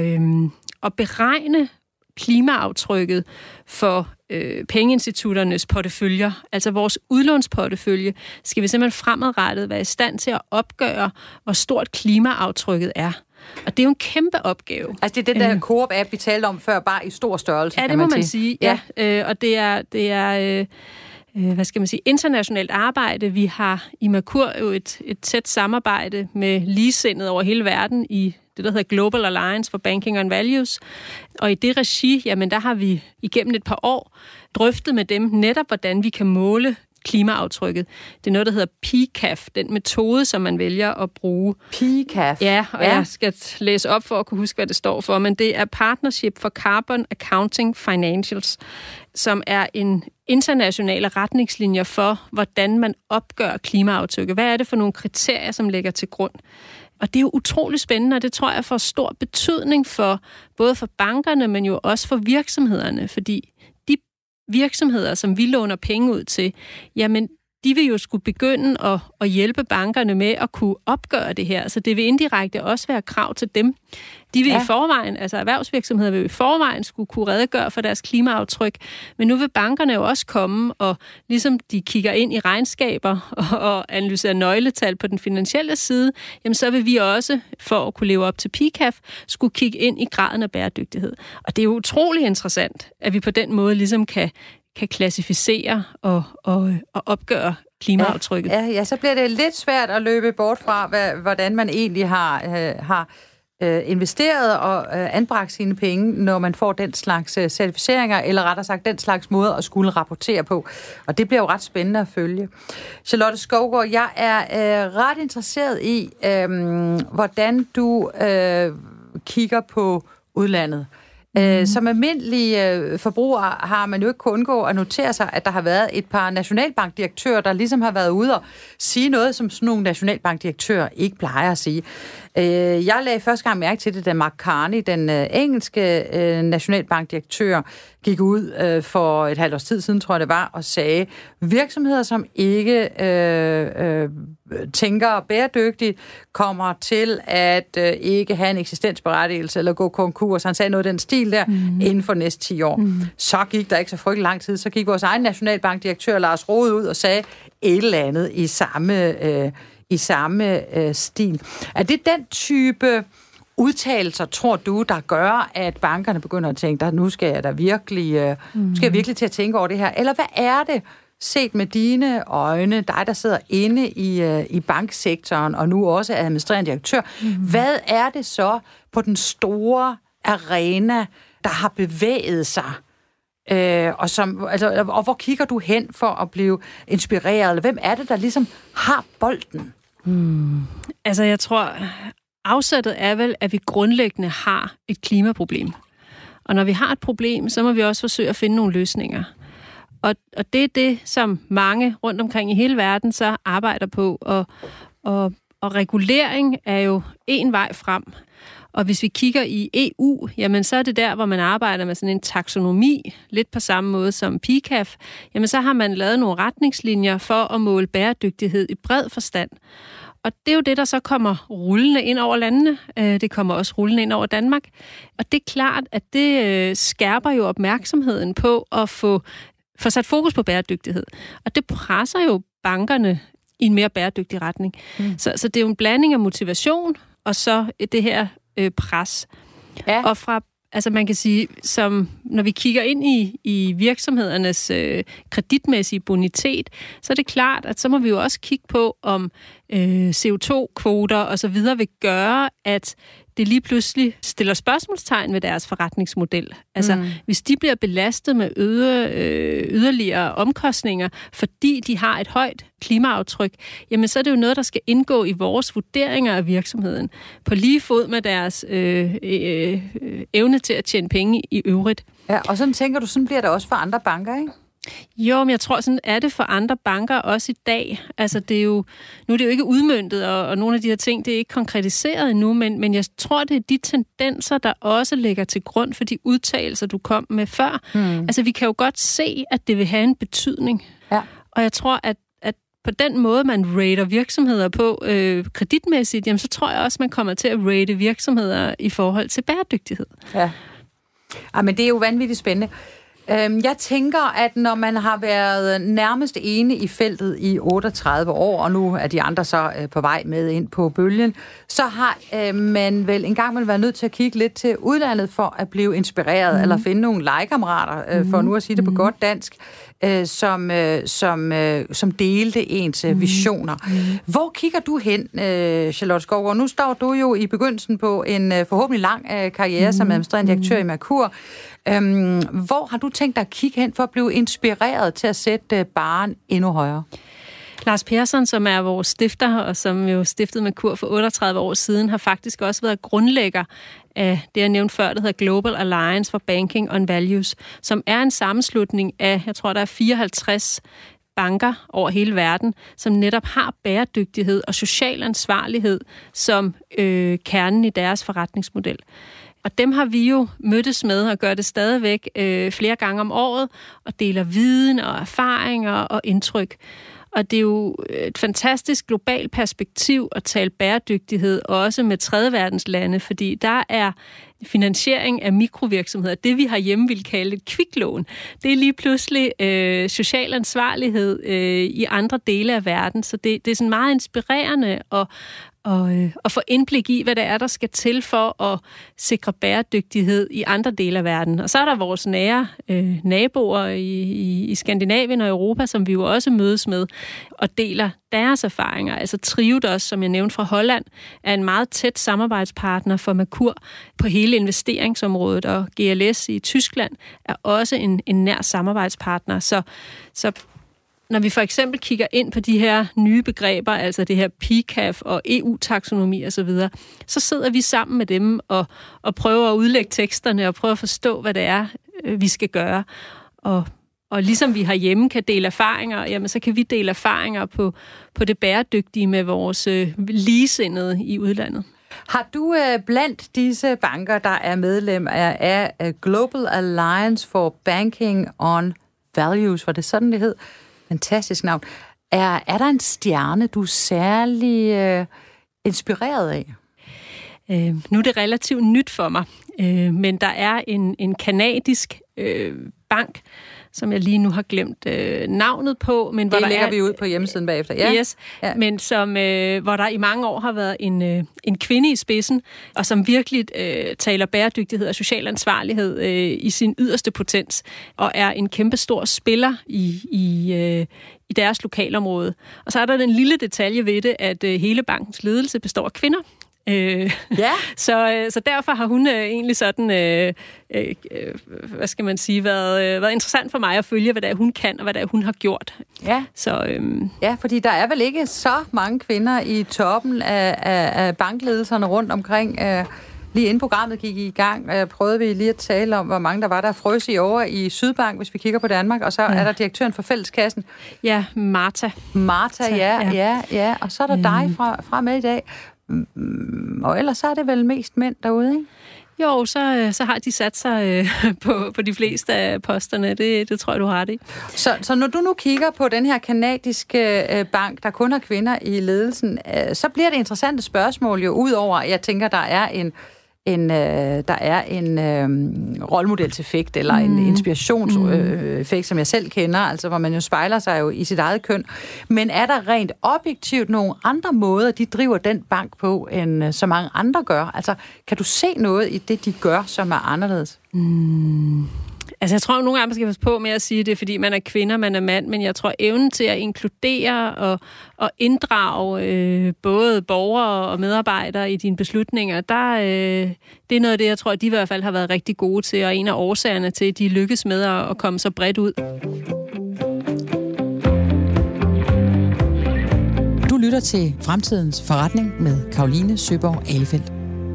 at beregne klimaaftrykket for pengeinstitutternes porteføljer, altså vores udlånsportefølje, skal vi simpelthen fremadrettet være i stand til at opgøre, hvor stort klimaaftrykket er. Og det er jo en kæmpe opgave. Altså det er den der Coop-app, vi talte om før, bare i stor størrelse, ja, det må man sige. Ja. Og det er hvad skal man sige, internationalt arbejde. Vi har i Merkur jo et tæt samarbejde med ligesindede over hele verden i det, der hedder Global Alliance for Banking and Values. Og i det regi, jamen der har vi igennem et par år drøftet med dem netop, hvordan vi kan måle klimaaftrykket. Det er noget, der hedder PCAF, den metode, som man vælger at bruge. PCAF? Ja, og jeg skal læse op for at kunne huske, hvad det står for, men det er Partnership for Carbon Accounting Financials, som er en internationale retningslinjer for, hvordan man opgør klimaaftrykket. Hvad er det for nogle kriterier, som ligger til grund? Og det er jo utrolig spændende, og det tror jeg får stor betydning for både for bankerne, men jo også for virksomhederne, fordi de virksomheder, som vi låner penge ud til, jamen de vil jo skulle begynde at hjælpe bankerne med at kunne opgøre det her. Så det vil indirekte også være krav til dem. De vil i forvejen, altså erhvervsvirksomheder vil i forvejen skulle kunne redegøre for deres klimaaftryk, men nu vil bankerne jo også komme, og ligesom de kigger ind i regnskaber og analyserer nøgletal på den finansielle side, jamen så vil vi også, for at kunne leve op til PCAF, skulle kigge ind i graden af bæredygtighed. Og det er jo utrolig interessant, at vi på den måde ligesom kan klassificere og opgøre klimaaftrykket. Ja, så bliver det lidt svært at løbe bort fra, hvordan man egentlig har investeret og anbragt sine penge, når man får den slags certificeringer, eller rettere sagt den slags måder at skulle rapportere på. Og det bliver jo ret spændende at følge. Charlotte Skovgaard, jeg er ret interesseret i, hvordan du kigger på udlandet. Som almindelige forbrugere har man jo ikke kunnet undgå at notere sig, at der har været et par nationalbankdirektører, der ligesom har været ude og sige noget, som sådan nogle nationalbankdirektører ikke plejer at sige. Jeg lagde første gang mærke til det, da Mark Carney, den engelske nationalbankdirektør, gik ud for et halvt års tid siden, tror jeg det var, og sagde, virksomheder, som ikke tænker bæredygtigt, kommer til at ikke have en eksistensberettigelse eller gå konkurs. Han sagde noget af den stil der inden for næste 10 år. Så gik der ikke så frygtelig lang tid. Så gik vores egen nationalbankdirektør Lars Rohde ud og sagde et eller andet i samme stil. Er det den type udtalelser, tror du, der gør, at bankerne begynder at tænke, nu skal jeg virkelig til at tænke over det her? Eller hvad er det, set med dine øjne, dig der sidder inde i banksektoren, og nu også administrerende direktør, hvad er det så på den store arena, der har bevæget sig? Og hvor kigger du hen for at blive inspireret? Eller hvem er det, der ligesom har bolden? Altså, jeg tror, afsættet er vel, at vi grundlæggende har et klimaproblem. Og når vi har et problem, så må vi også forsøge at finde nogle løsninger. Og det er det, som mange rundt omkring i hele verden så arbejder på. Og regulering er jo en vej frem. Og hvis vi kigger i EU, jamen så er det der, hvor man arbejder med sådan en taksonomi, lidt på samme måde som PCAF. Jamen så har man lavet nogle retningslinjer for at måle bæredygtighed i bred forstand. Og det er jo det, der så kommer rullende ind over landene. Det kommer også rullende ind over Danmark. Og det er klart, at det skærper jo opmærksomheden på at få sat fokus på bæredygtighed. Og det presser jo bankerne i en mere bæredygtig retning. Så det er jo en blanding af motivation og så det her pres. Ja. Og altså man kan sige, som når vi kigger ind i virksomhedernes kreditmæssige bonitet, så er det klart, at så må vi jo også kigge på, om CO2-kvoter og så videre vil gøre, at det lige pludselig stiller spørgsmålstegn ved deres forretningsmodel. Altså, hvis de bliver belastet med yderligere omkostninger, fordi de har et højt klimaaftryk, jamen så er det jo noget, der skal indgå i vores vurderinger af virksomheden, på lige fod med deres evne til at tjene penge i øvrigt. Ja, og sådan tænker du, sådan bliver det også for andre banker, ikke? Jo, men jeg tror, sådan er det for andre banker også i dag. Altså, nu er det jo ikke udmøntet, og nogle af de her ting, det er ikke konkretiseret endnu, men jeg tror, det er de tendenser, der også ligger til grund for de udtalelser, du kom med før. Altså, vi kan jo godt se, at det vil have en betydning. Ja. Og jeg tror, at på den måde, man rater virksomheder på kreditmæssigt, jamen, så tror jeg også, man kommer til at rate virksomheder i forhold til bæredygtighed. Ja. Men det er jo vanvittigt spændende. Jeg tænker, at når man har været nærmest ene i feltet i 38 år, og nu er de andre så på vej med ind på bølgen, så har man vel engang været nødt til at kigge lidt til udlandet for at blive inspireret, eller finde nogle legekammerater, for nu at sige det på godt dansk, som delte ens visioner. Hvor kigger du hen, Charlotte Skovgaard? Nu står du jo i begyndelsen på en forhåbentlig lang karriere som administrerende direktør i Merkur. Hvor har du tænkt dig at kigge hen for at blive inspireret til at sætte barren endnu højere? Lars Persson, som er vores stifter, og som jo stiftede Merkur for 38 år siden, har faktisk også været grundlægger af det, jeg nævnte før, der hedder Global Alliance for Banking on Values, som er en sammenslutning af, jeg tror, der er 54 banker over hele verden, som netop har bæredygtighed og social ansvarlighed som kernen i deres forretningsmodel. Og dem har vi jo mødtes med og gør det stadigvæk flere gange om året og deler viden og erfaringer og indtryk. Og det er jo et fantastisk globalt perspektiv at tale bæredygtighed, også med tredjeverdens lande, fordi der er finansiering af mikrovirksomheder, det vi herhjemme vil kalde et kviklån. Det er lige pludselig social ansvarlighed i andre dele af verden, så det er sådan meget inspirerende og få indblik i, hvad det er, der skal til for at sikre bæredygtighed i andre dele af verden. Og så er der vores nære naboer i Skandinavien og Europa, som vi jo også mødes med og deler deres erfaringer. Altså Triodos, som jeg nævnte fra Holland, er en meget tæt samarbejdspartner for Merkur på hele investeringsområdet, og GLS i Tyskland er også en nær samarbejdspartner. Så når vi for eksempel kigger ind på de her nye begreber, altså det her PCAF og EU-taksonomi osv., så sidder vi sammen med dem og prøver at udlægge teksterne og prøver at forstå, hvad det er, vi skal gøre. Og ligesom vi herhjemme kan dele erfaringer, jamen så kan vi dele erfaringer på det bæredygtige med vores ligesindede i udlandet. Har du blandt disse banker, der er medlem af Global Alliance for Banking on Values, var det sådan, det hed? Fantastisk navn. Er der en stjerne, du er særlig inspireret af? Nu er det relativt nyt for mig, men der er en kanadisk bank, som jeg lige nu har glemt navnet på. Men det lægger vi ud på hjemmesiden bagefter. Ja. Yes, ja. Men som, hvor der i mange år har været en kvinde i spidsen, og som virkelig taler bæredygtighed og social ansvarlighed i sin yderste potens, og er en kæmpe stor spiller i deres lokalområde. Og så er der den lille detalje ved det, at hele bankens ledelse består af kvinder. Ja. Så derfor har hun egentlig sådan, hvad skal man sige, været interessant for mig at følge, hvad det er, hun kan, og hvad det er, hun har gjort. Ja. Så, ja, fordi der er vel ikke så mange kvinder i toppen af bankledelserne rundt omkring. Lige inden programmet gik i gang, prøvede vi lige at tale om, hvor mange der var, der frøs i over i Sydbank, hvis vi kigger på Danmark, og så er der direktøren for Fælleskassen. Ja, Martha. Martha, ja. Og så er der dig fra med i dag. Og ellers så er det vel mest mænd derude, ikke? Jo, så har de sat sig på de fleste af posterne. Det tror jeg, du har det. Så når du nu kigger på den her kanadiske bank, der kun har kvinder i ledelsen, så bliver det interessante spørgsmål jo, udover, jeg tænker, der er en rollemodelseffekt eller en inspirationseffekt, som jeg selv kender, altså hvor man jo spejler sig jo i sit eget køn. Men er der rent objektivt nogle andre måder, de driver den bank på, end så mange andre gør? Altså, kan du se noget i det, de gør, som er anderledes? Altså, jeg tror, at nogle gange man skal passe på med at sige det, fordi man er kvinde, man er mand, men jeg tror, evnen til at inkludere og inddrage både borgere og medarbejdere i dine beslutninger, det er noget af det, jeg tror, at de i hvert fald har været rigtig gode til, og en af årsagerne til, at de lykkes med at komme så bredt ud. Du lytter til Fremtidens Forretning med Caroline Søborg Ahlefeldt.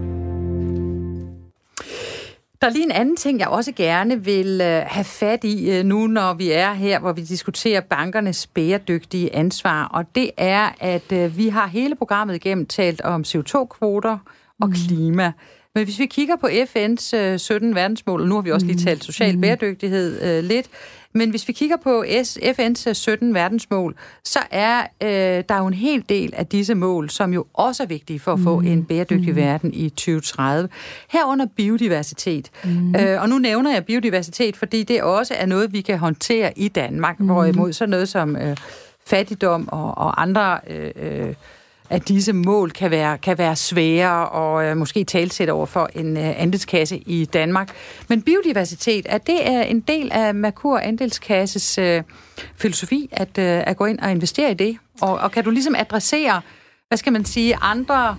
Der er lige en anden ting, jeg også gerne vil have fat i nu, når vi er her, hvor vi diskuterer bankernes bæredygtige ansvar. Og det er, at vi har hele programmet igennem talt om CO2-kvoter og klima. Men hvis vi kigger på FN's 17 verdensmål, og nu har vi også lige talt social bæredygtighed lidt, men hvis vi kigger på FN's 17 verdensmål, så er der jo en hel del af disse mål, som jo også er vigtige for at få en bæredygtig verden i 2030. Herunder biodiversitet. Og nu nævner jeg biodiversitet, fordi det også er noget, vi kan håndtere i Danmark, hvorimod så noget som fattigdom og andre at disse mål kan være svære og måske talsætte over for en andelskasse i Danmark. Men biodiversitet, er det en del af Merkur Andelskasses filosofi at gå ind og investere i det? Og kan du ligesom adressere, hvad skal man sige, andre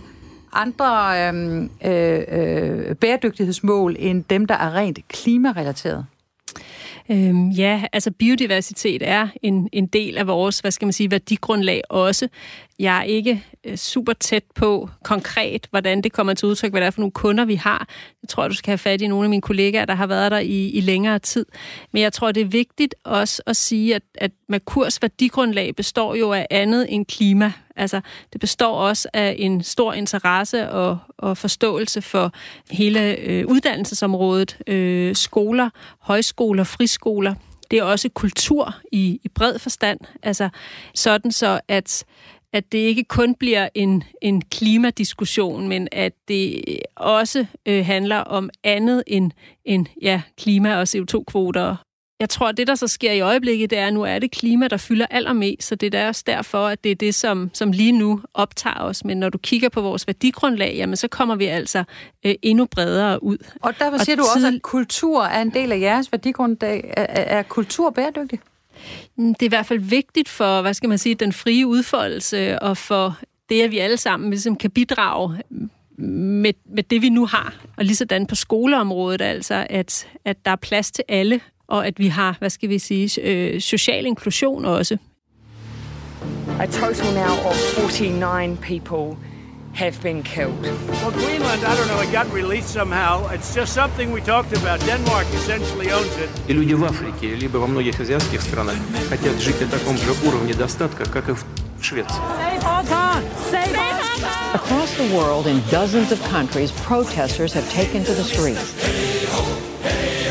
bæredygtighedsmål end dem, der er rent klimarelateret? Ja, altså biodiversitet er en del af vores, hvad skal man sige, værdigrundlag også. Jeg er ikke super tæt på konkret, hvordan det kommer til udtryk, hvad det er for nogle kunder, vi har. Jeg tror, du skal have fat i nogle af mine kollegaer, der har været der i længere tid. Men jeg tror, det er vigtigt også at sige, at Merkurs værdigrundlag består jo af andet end klima. Altså, det består også af en stor interesse og forståelse for hele uddannelsesområdet, skoler, højskoler, friskoler. Det er også kultur i bred forstand. Altså, sådan så, at det ikke kun bliver en klimadiskussion, men at det også handler om andet end klima- og CO2-kvoter. Jeg tror, at det, der så sker i øjeblikket, det er, at nu er det klima, der fylder allermest, så det er også derfor, at det er det, som lige nu optager os. Men når du kigger på vores værdigrundlag, jamen, så kommer vi altså endnu bredere ud. Og derfor siger du også, at kultur er en del af jeres værdigrundlag. Er kultur bæredygtig? Det er i hvert fald vigtigt for, hvad skal man sige, den frie udfoldelse, og for det, at vi alle sammen ligesom kan bidrage med det, vi nu har. Og lige sådan på skoleområdet, altså, at der er plads til alle, og at vi har, hvad skal vi sige, social inklusion også. A total now of 49 people have been killed. Well, Greenland, I don't know, it got released somehow. It's just something we talked about. Denmark essentially owns it. И люди в Африке, либо во многих азиатских странах хотят жить на таком же уровне достатка, как и в Швеции. Save Hong Kong! Save Hong Kong! Across the world, in dozens of countries, protesters have taken to the streets.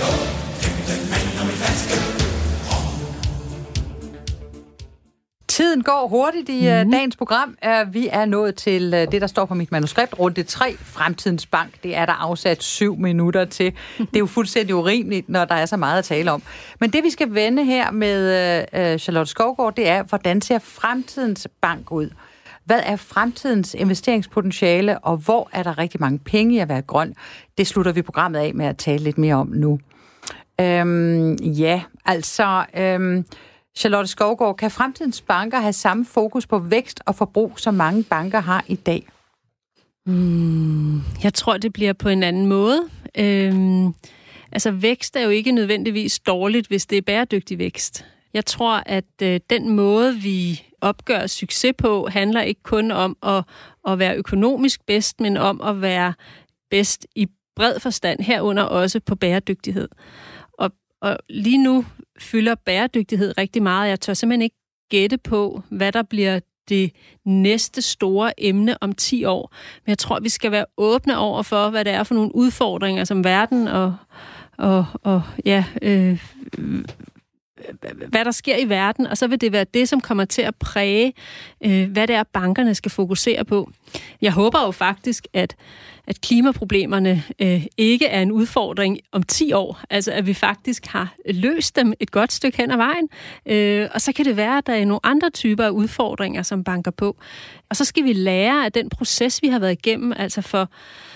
Tiden Tiden går hurtigt i dagens program. Vi er nået til det, der står på mit manuskript. Runde 3, Fremtidens Bank. Det er der afsat 7 minutter til. Det er jo fuldstændig urimeligt, når der er så meget at tale om. Men det, vi skal vende her med Charlotte Skovgaard, det er, hvordan ser Fremtidens Bank ud? Hvad er fremtidens investeringspotentiale, og hvor er der rigtig mange penge i at være grøn? Det slutter vi programmet af med at tale lidt mere om nu. Charlotte Skovgaard, kan fremtidens banker have samme fokus på vækst og forbrug, som mange banker har i dag? Jeg tror, det bliver på en anden måde. Vækst er jo ikke nødvendigvis dårligt, hvis det er bæredygtig vækst. Jeg tror, at den måde, vi opgør succes på, handler ikke kun om at være økonomisk bedst, men om at være bedst i bred forstand, herunder også på bæredygtighed. Og lige nu fylder bæredygtighed rigtig meget. Jeg tør simpelthen ikke gætte på, hvad der bliver det næste store emne om 10 år. Men jeg tror, vi skal være åbne over for, hvad det er for nogle udfordringer, som verden hvad der sker i verden, og så vil det være det, som kommer til at præge, hvad det er, bankerne skal fokusere på. Jeg håber jo faktisk, at klimaproblemerne ikke er en udfordring om 10 år, altså at vi faktisk har løst dem et godt stykke hen ad vejen, og så kan det være, at der er nogle andre typer af udfordringer, som banker på. Og så skal vi lære af den proces, vi har været igennem, altså for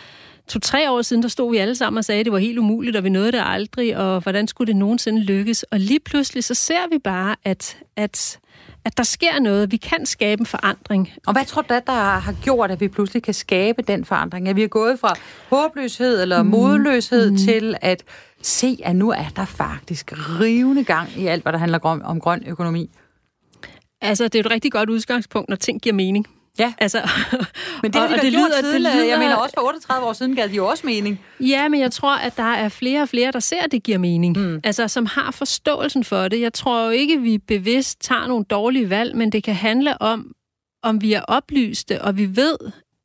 2-3 år siden, der stod vi alle sammen og sagde, at det var helt umuligt, og vi nåede det aldrig, og hvordan skulle det nogensinde lykkes? Og lige pludselig, så ser vi bare, at der sker noget. Vi kan skabe en forandring. Og hvad tror du, der har gjort, at vi pludselig kan skabe den forandring? At vi er gået fra håbløshed eller modløshed til at se, at nu er der faktisk rivende gang i alt, hvad der handler om grøn økonomi? Altså, det er et rigtig godt udgangspunkt, når ting giver mening. Ja, altså, men det har de gjort tidligere. Jeg mener også for 38 år siden gav de jo også mening. Ja, men jeg tror, at der er flere og flere, der ser, at det giver mening. Altså, som har forståelsen for det. Jeg tror jo ikke, vi bevidst tager nogle dårlige valg, men det kan handle om vi er oplyste, og vi ved,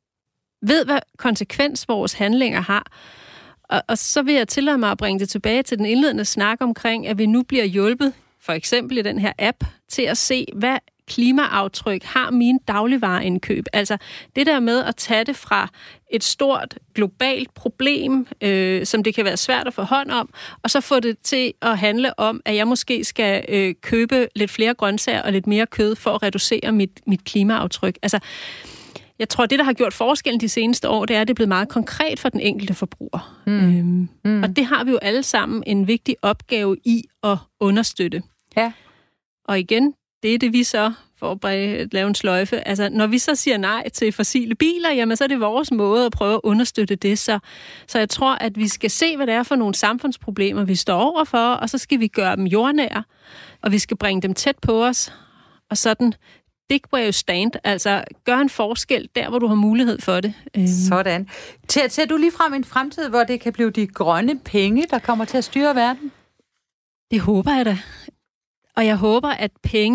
hvad konsekvens vores handlinger har. Og så vil jeg tillade mig at bringe det tilbage til den indledende snak omkring, at vi nu bliver hjulpet, for eksempel i den her app, til at se, hvad klimaaftryk har mine dagligvareindkøb. Altså det der med at tage det fra et stort globalt problem, som det kan være svært at få hånd om, og så få det til at handle om, at jeg måske skal købe lidt flere grøntsager og lidt mere kød for at reducere mit klimaaftryk. Altså, jeg tror, det, der har gjort forskellen de seneste år, det er, at det er blevet meget konkret for den enkelte forbruger. Og det har vi jo alle sammen en vigtig opgave i at understøtte. Ja. Og igen, det er det, vi så, for at lave en sløjfe, altså når vi så siger nej til fossile biler, jamen så er det vores måde at prøve at understøtte det. Så jeg tror, at vi skal se, hvad det er for nogle samfundsproblemer, vi står overfor, og så skal vi gøre dem jordnære, og vi skal bringe dem tæt på os, og sådan big where you stand, altså gør en forskel der, hvor du har mulighed for det. Sådan. Ser du ligefrem en fremtid, hvor det kan blive de grønne penge, der kommer til at styre verden? Det håber jeg da. Og jeg håber, at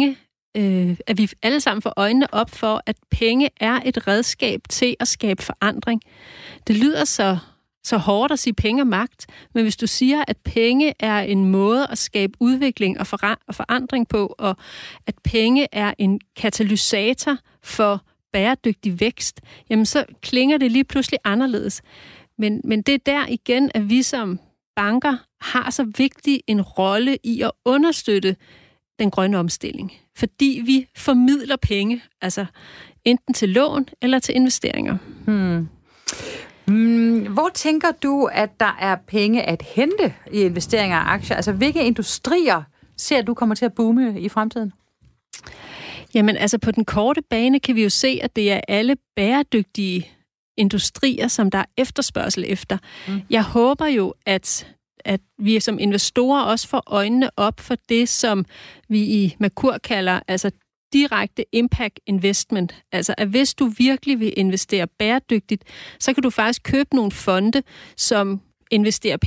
at vi alle sammen får øjnene op for, at penge er et redskab til at skabe forandring. Det lyder så hårdt at sige penge og magt, men hvis du siger, at penge er en måde at skabe udvikling og forandring på, og at penge er en katalysator for bæredygtig vækst, jamen så klinger det lige pludselig anderledes. Men det er der igen, at vi som banker har så vigtig en rolle i at understøtte den grønne omstilling. Fordi vi formidler penge, altså enten til lån eller til investeringer. Hvor tænker du, at der er penge at hente i investeringer og aktier? Altså, hvilke industrier ser du kommer til at boome i fremtiden? Jamen, altså på den korte bane kan vi jo se, at det er alle bæredygtige industrier, som der er efterspørgsel efter. Jeg håber jo, at vi som investorer også får øjnene op for det, som vi i Merkur kalder altså direkte impact investment. Altså, at hvis du virkelig vil investere bæredygtigt, så kan du faktisk købe nogle fonde, som investerer penge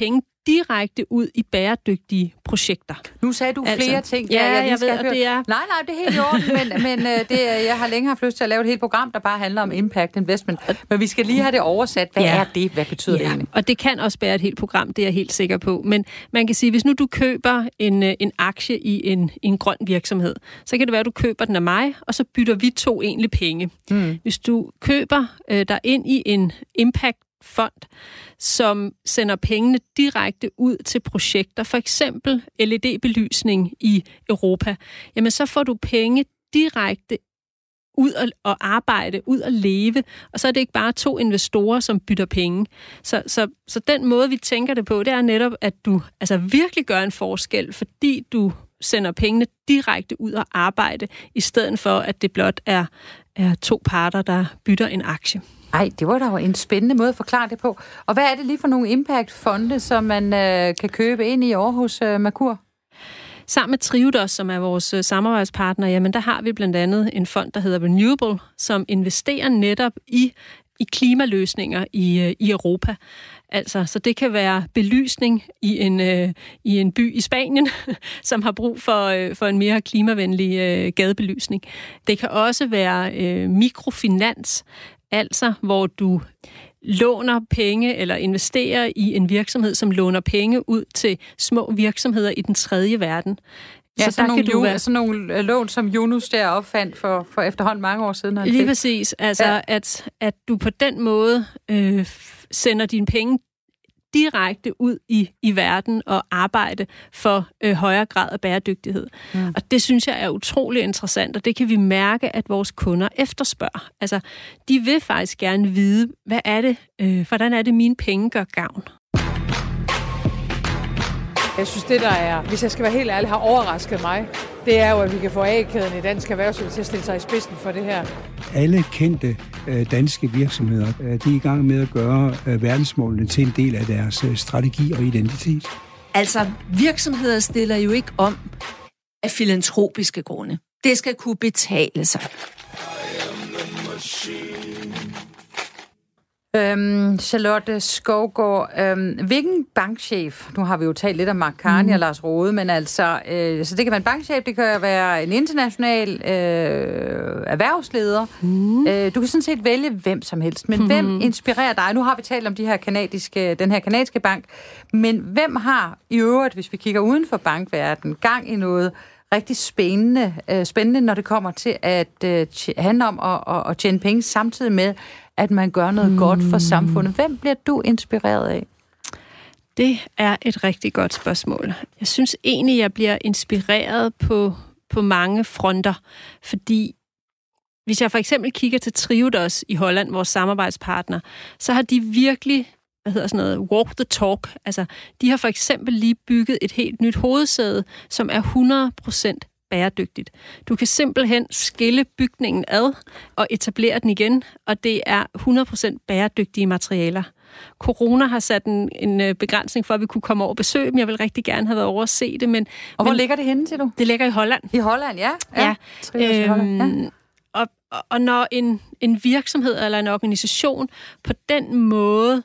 direkte ud i bæredygtige projekter. Nu sagde du flere ting. Ja, jeg ved, at det er... Nej, det er helt i orden, men jeg har længe haft lyst til at lave et helt program, der bare handler om impact investment. Men vi skal lige have det oversat. Hvad er det? Hvad betyder det egentlig? Og det kan også være et helt program, det er jeg helt sikker på. Men man kan sige, hvis nu du køber en aktie i en grøn virksomhed, så kan det være, at du køber den af mig, og så bytter vi to egentlig penge. Hvis du køber dig ind i en impact-fond, som sender pengene direkte ud til projekter, for eksempel LED-belysning i Europa, jamen så får du penge direkte ud og arbejde, ud og leve, og så er det ikke bare to investorer, som bytter penge. Så den måde, vi tænker det på, det er netop, at du altså virkelig gør en forskel, fordi du sender pengene direkte ud og arbejde, i stedet for, at det blot er to parter, der bytter en aktie. Ej, det var da en spændende måde at forklare det på. Og hvad er det lige for nogle impact-fonde, som man kan købe ind i Aarhus Merkur? Sammen med Triodos, som er vores samarbejdspartner, jamen der har vi blandt andet en fond, der hedder Renewable, som investerer netop i klimaløsninger i Europa. Altså, så det kan være belysning i en by i Spanien, som har brug for en mere klimavenlig gadebelysning. Det kan også være mikrofinans, altså hvor du låner penge eller investerer i en virksomhed, som låner penge ud til små virksomheder i den tredje verden. Ja, så sådan nogle lån, som Yunus der opfandt for efterhånden mange år siden. Lige præcis. Altså, at du på den måde sender dine penge direkte ud i verden og arbejde for højere grad af bæredygtighed. Og det synes jeg er utrolig interessant, og det kan vi mærke, at vores kunder efterspørger. Altså, de vil faktisk gerne vide, hvordan er det, mine penge gør gavn. Jeg synes, det der er, hvis jeg skal være helt ærlig, har overrasket mig, det er jo, at vi kan få A-kæden i dansk erhvervsliv til at stille sig i spidsen for det her. Alle kendte danske virksomheder, de er i gang med at gøre verdensmålene til en del af deres strategi og identitet. Altså, virksomheder stiller jo ikke om af filantropiske grunde. Det skal kunne betale sig. Charlotte Skovgaard, hvilken bankchef, nu har vi jo talt lidt om Mark Carney og Lars Rode, men altså, så det kan være en bankchef, det kan være en international erhvervsleder. Du kan sådan set vælge hvem som helst, men hvem inspirerer dig? Nu har vi talt om den her kanadiske bank, men hvem har i øvrigt, hvis vi kigger uden for bankverdenen, gang i noget rigtig spændende, når det kommer til at handle om at tjene penge, samtidig med, at man gør noget godt for samfundet. Hvem bliver du inspireret af? Det er et rigtig godt spørgsmål. Jeg synes egentlig, jeg bliver inspireret på mange fronter, fordi hvis jeg for eksempel kigger til Triodos i Holland, vores samarbejdspartner, så har de virkelig walk the talk. Altså, de har for eksempel lige bygget et helt nyt hovedsæde, som er 100% bæredygtigt. Du kan simpelthen skille bygningen ad og etablere den igen, og det er 100% bæredygtige materialer. Corona har sat en begrænsning for, at vi kunne komme over og besøge dem. Jeg vil rigtig gerne have været over at se det, men... Og hvor ligger det henne, siger du? Det ligger i Holland. I Holland, ja. Og når en virksomhed eller en organisation på den måde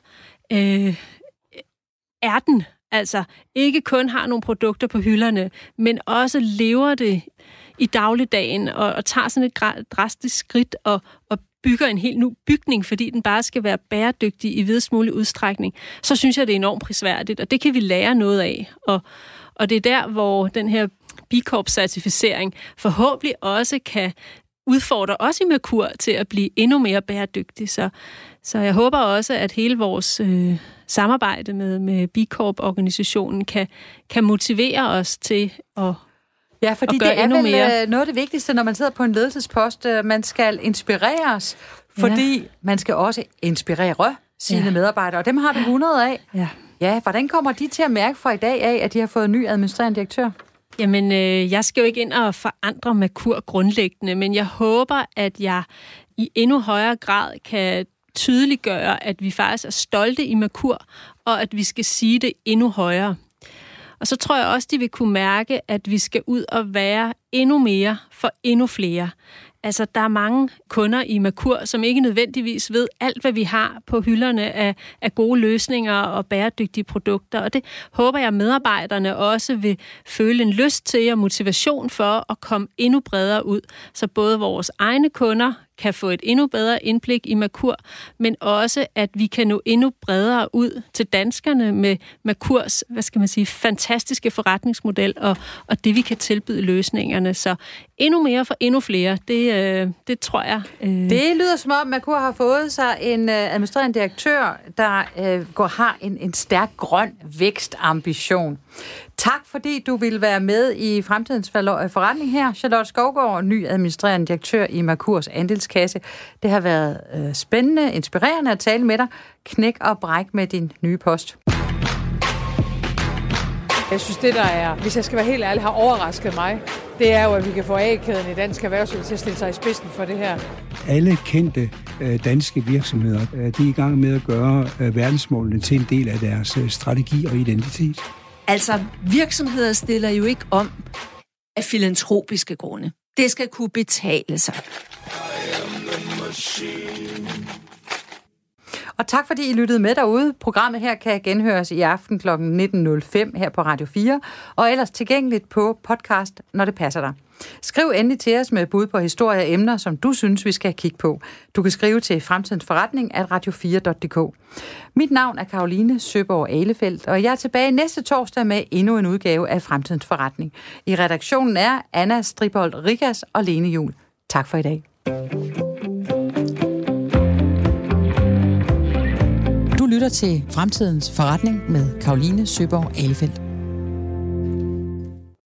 er den, altså ikke kun har nogle produkter på hylderne, men også lever det i dagligdagen og tager sådan et drastisk skridt og bygger en helt ny bygning, fordi den bare skal være bæredygtig i videst mulig udstrækning, så synes jeg, det er enormt prisværdigt, og det kan vi lære noget af. Og det er der, hvor den her B Corp-certificering forhåbentlig også kan udfordre os i Merkur til at blive endnu mere bæredygtig. Så jeg håber også, at hele vores samarbejde med B Corp-organisationen kan motivere os til at fordi det er vel noget af det vigtigste, når man sidder på en ledelsespost. Man skal inspireres, fordi man skal også inspirere sine medarbejdere, og dem har du 100 af. Ja, hvordan kommer de til at mærke fra i dag af, at de har fået en ny administrerende direktør? Jamen, jeg skal jo ikke ind og forandre Merkur grundlæggende, men jeg håber, at jeg i endnu højere grad kan tydeliggøre, at vi faktisk er stolte i Merkur, og at vi skal sige det endnu højere. Og så tror jeg også, de vil kunne mærke, at vi skal ud og være endnu mere for endnu flere. Altså, der er mange kunder i Merkur, som ikke nødvendigvis ved alt, hvad vi har på hylderne af gode løsninger og bæredygtige produkter. Og det håber jeg, medarbejderne også vil føle en lyst til og motivation for at komme endnu bredere ud. Så både vores egne kunder kan få et endnu bedre indblik i Merkur, men også, at vi kan nå endnu bredere ud til danskerne med Merkurs, fantastiske forretningsmodel og det, vi kan tilbyde løsningerne. Så endnu mere for endnu flere, det tror jeg. Det lyder som om, Merkur har fået sig en administrerende direktør, der har en stærk grøn vækstambition. Tak, fordi du ville være med i Fremtidens Forretning her. Charlotte Skovgaard, ny administrerende direktør i Merkurs andelskasse. Det har været spændende, inspirerende at tale med dig. Knæk og bræk med din nye post. Jeg synes, det der er, hvis jeg skal være helt ærlig, har overrasket mig, det er jo, at vi kan få A-kæden i dansk erhvervsliv til at stille sig i spidsen for det her. Alle kendte danske virksomheder, de er i gang med at gøre verdensmålene til en del af deres strategi og identitet. Altså, virksomheder stiller jo ikke om af filantropiske grunde. Det skal kunne betale sig. Og tak fordi I lyttede med derude. Programmet her kan genhøres i aften kl. 19.05 her på Radio 4, og ellers tilgængeligt på podcast, når det passer dig. Skriv endelig til os med bud på historier og emner, som du synes, vi skal kigge på. Du kan skrive til fremtidensforretning@radio4.dk. Mit navn er Caroline Søborg Ahlefeldt, og jeg er tilbage næste torsdag med endnu en udgave af Fremtidens Forretning. I redaktionen er Anna Stribold Rigas og Lene Juhl. Tak for i dag. Du lytter til Fremtidens Forretning med Caroline Søborg Ahlefeldt.